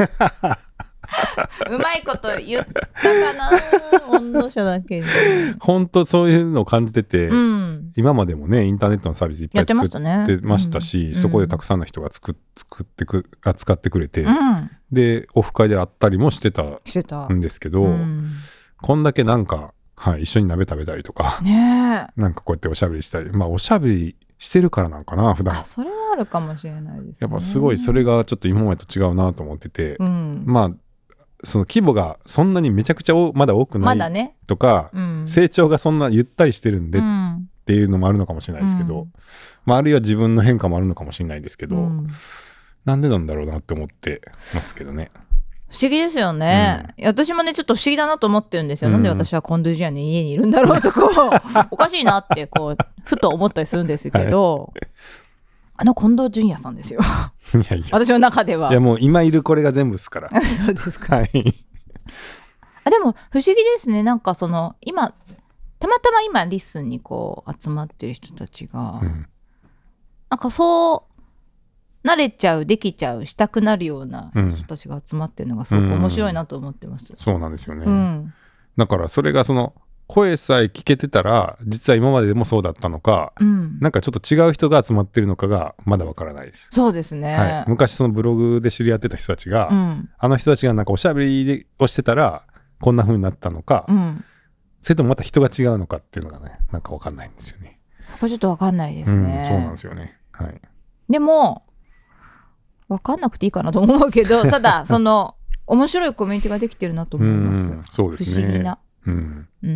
うまいこと言ったかな温度差だけに本当そういうのを感じてて、うん、今までもねインターネットのサービスいっぱい作ってましたし、ね、うん、そこでたくさんの人が作作ってく使ってくれて、うん、でオフ会であったりもしてたんですけど、うん、こんだけなんか、はい、一緒に鍋食べたりとか、ね、なんかこうやっておしゃべりしたり、まあおしゃべりしてるからなんかな普段。 あ、それはあるかもしれないですね。 やっぱすごいそれがちょっと今までと違うなと思ってて、うん、まあその規模がそんなにめちゃくちゃまだ多くないとか、まだね、うん、成長がそんなゆったりしてるんでっていうのもあるのかもしれないですけど、うん、まあ、あるいは自分の変化もあるのかもしれないですけど、うん、なんでなんだろうなって思ってますけどね。 不思議ですよね、うん、私もねちょっと不思議だなと思ってるんですよ、うん、なんで私はコンドゥジアの家にいるんだろうとこうおかしいなってこうふと思ったりするんですけど、はい、あの近藤淳也さんですよいやいや私の中では。 いやもう今いるこれが全部ですからそうですか、 はい、 あでも不思議ですね。なんかその今たまたま今リッスンにこう集まってる人たちが、うん、なんかそう慣れちゃうできちゃうしたくなるような人たちが集まってるのがすごく面白いなと思ってます、 うん、そうなんですよね、うん、だからそれがその声さえ聞けてたら実は今まででもそうだったのか、うん、なんかちょっと違う人が集まってるのかがまだわからないです。 そうですね、はい、 昔そのブログで知り合ってた人たちが、うん、あの人たちがなんかおしゃべりをしてたらこんな風になったのか、うん、それともまた人が違うのかっていうのがねなんかわかんないんですよね。 これちょっとわかんないですね、 うん、そうなんですよね、はい、 でも分かんなくていいかなと思うけどただその面白いコミュニティができてるなと思います。うん、 そうですね、 不思議な、 うんうん、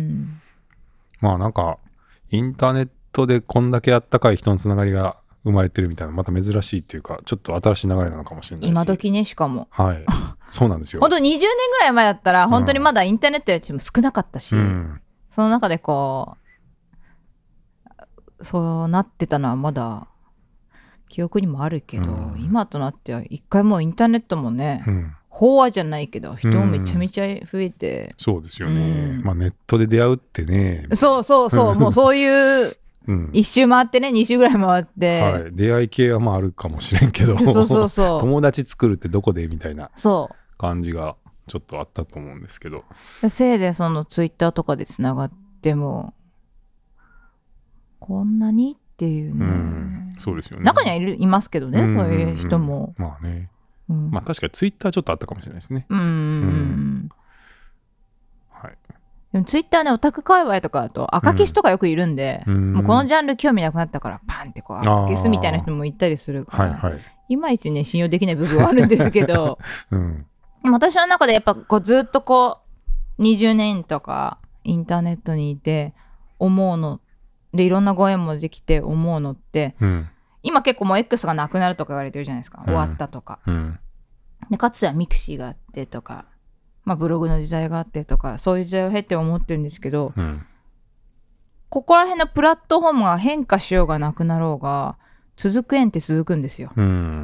まあなんかインターネットでこんだけあったかい人のつながりが生まれてるみたいなまた珍しいっていうかちょっと新しい流れなのかもしれないし今時ねしかもはいそうなんですよ本当にじゅうねんぐらい前だったら本当にまだインターネットよりも少なかったし、うん、その中でこうそうなってたのはまだ記憶にもあるけど、うん、今となっては一回もうインターネットもね、うん、飽和じゃないけど人もめちゃめちゃ増えて、うん、 そうですよね、うん、まあネットで出会うってねそうそうそうもうそういう一周回ってねに周ぐらい回って、 はい、出会い系はまああるかもしれんけどそうそうそう友達作るってどこでみたいな感じがちょっとあったと思うんですけどせいでそのツイッターとかでつながってもこんなにっていうね、うん、 そうですよね。 中にはいるいますけどね、うんうんうん、そういう人もまあね、うん、まあ確かにツイッターちょっとあったかもしれないですね。 うんうん、うん、はい。でもツイッターねオタク界隈とかだと赤消しとかよくいるんで、うん、もうこのジャンル興味なくなったからパンってこう赤消すみたいな人もいたりするから、はいはい、いまいちね信用できない部分はあるんですけど、うん、でも私の中でやっぱこうずっとこうにじゅうねんとかインターネットにいて思うのでいろんなご縁もできて思うのって、うん、 今結構もう X がなくなるとか言われてるじゃないですか、終わったとか、うん、でかつてはミクシーがあってとか、まあ、ブログの時代があってとか、そういう時代を経て思ってるんですけど、うん、ここら辺のプラットフォームが変化しようがなくなろうが続く縁って続くんですよ、うん、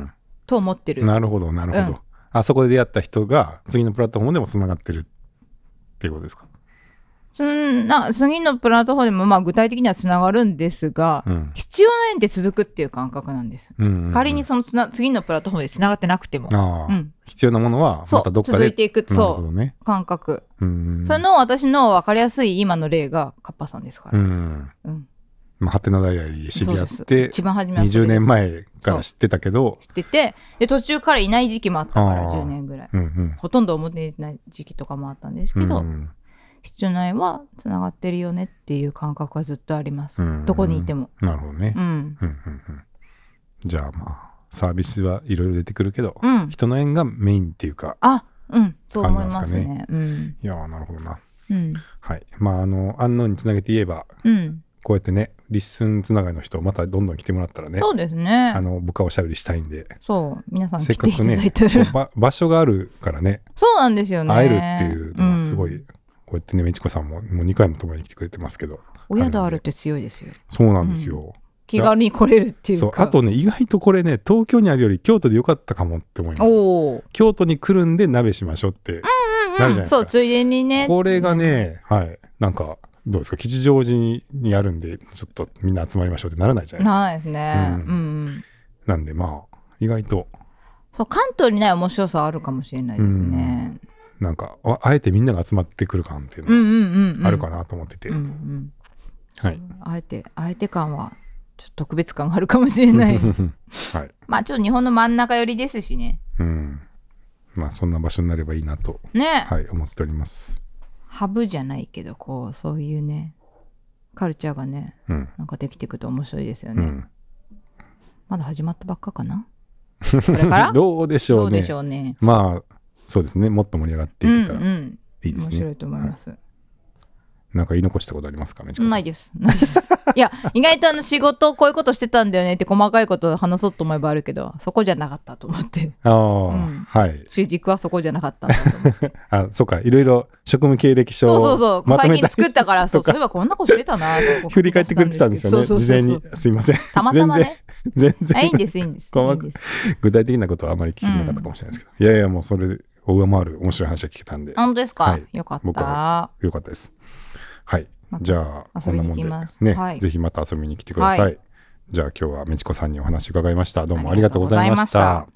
と思ってる。 なるほどなるほど、うん、あそこで出会った人が次のプラットフォームでもつながってるっていうことですか。 そんな次のプラットフォームでもまあ具体的にはつながるんですが、うん、必要な縁って続くっていう感覚なんです、うんうんうん、仮にそのつな次のプラットフォームでつながってなくても、 あ、うん、必要なものはまたどっかで続いていく、そう、ね、感覚、うんうん、その私の分かりやすい今の例がカッパさんですから、うんうん、 まあ、ハテナダイアリーで知り合って一番初めはにじゅうねんまえから知ってたけど、 知ってて、で途中からいない時期もあったからじゅうねんぐらい、うんうん、ほとんど表にない時期とかもあったんですけど、うんうん、必要ないはつながってるよねっていう感覚はずっとあります、うんうん、どこにいても。 なるほどね、うんうんうんうん、じゃあまあサービスはいろいろ出てくるけど、うん、人の縁がメインっていうか、 あ、うんそう思いますね、うん、 いやなるほどな、うん、はい、まああの安納につなげて言えば、うん、こうやってねリッスンつながりの人またどんどん来てもらったらね、 そうですね、 あの僕はおしゃべりしたいんで、 そう皆さん来ていただいてる、せっかくね場所があるからね、 そうなんですよね、 会えるっていうのはすごい、うん、こうやってねめちこさんももうにかいも泊まりに来てくれてますけど、 お宿あるって強いですよ。 そうなんですよ、うん、 気軽に来れるっていうか、そうあとね意外とこれね東京にあるより京都でよかったかもって思います。お京都に来るんで鍋しましょうってなるじゃないですか、 そうついでにね、 これがね、うん、はいなんかどうですか、吉祥寺にあるんでちょっとみんな集まりましょうってならないじゃないですか。 ないですね、うんうん、 なんでまあ意外とそう関東にない面白さあるかもしれないですね、 うん、なんかあえてみんなが集まってくる感っていうのがあるかなと思ってて、 はい、あえてあえて感はちょっと特別感があるかもしれない、はい、まあちょっと日本の真ん中寄りですしね、 うん、まあそんな場所になればいいなと、ね、はい、思っております。 ハブじゃないけどこうそういうねカルチャーがね、うん、なんかできていくと面白いですよね、うん、まだ始まったばっかかなこれからどうでしょうね、 どうでしょうね、 まあそうですね、もっと盛り上がっていけたらいいですね、うんうん、 面白いと思います、はい、 なんか言い残したことありますかね。 ないですないですいや意外とあの仕事こういうことしてたんだよねって細かいことを話そうと思えばあるけどそこじゃなかったと思って、あ、 うん、はい、 主軸はそこじゃなかったんだと思ってあ、そうか、いろいろ職務経歴書をそうそうそう最近作ったからそうそういえばこんなことしてたなと振り返ってくれてたんですよね、事前に。すいません、 たまたまね全然全然いいんですいいんです具体的なことはあまり聞けなかったかもしれないですけど、うん、いやいやもうそれを上回る面白い話が聞けたんで。 本当ですか、 はい、 よかった。 僕はよかったです。はい、じゃあ遊びに行きます。 ね、 はい、 ぜひまた遊びに来てください。はい、じゃあ今日はめちこさんにお話伺いました。どうもありがとうございました。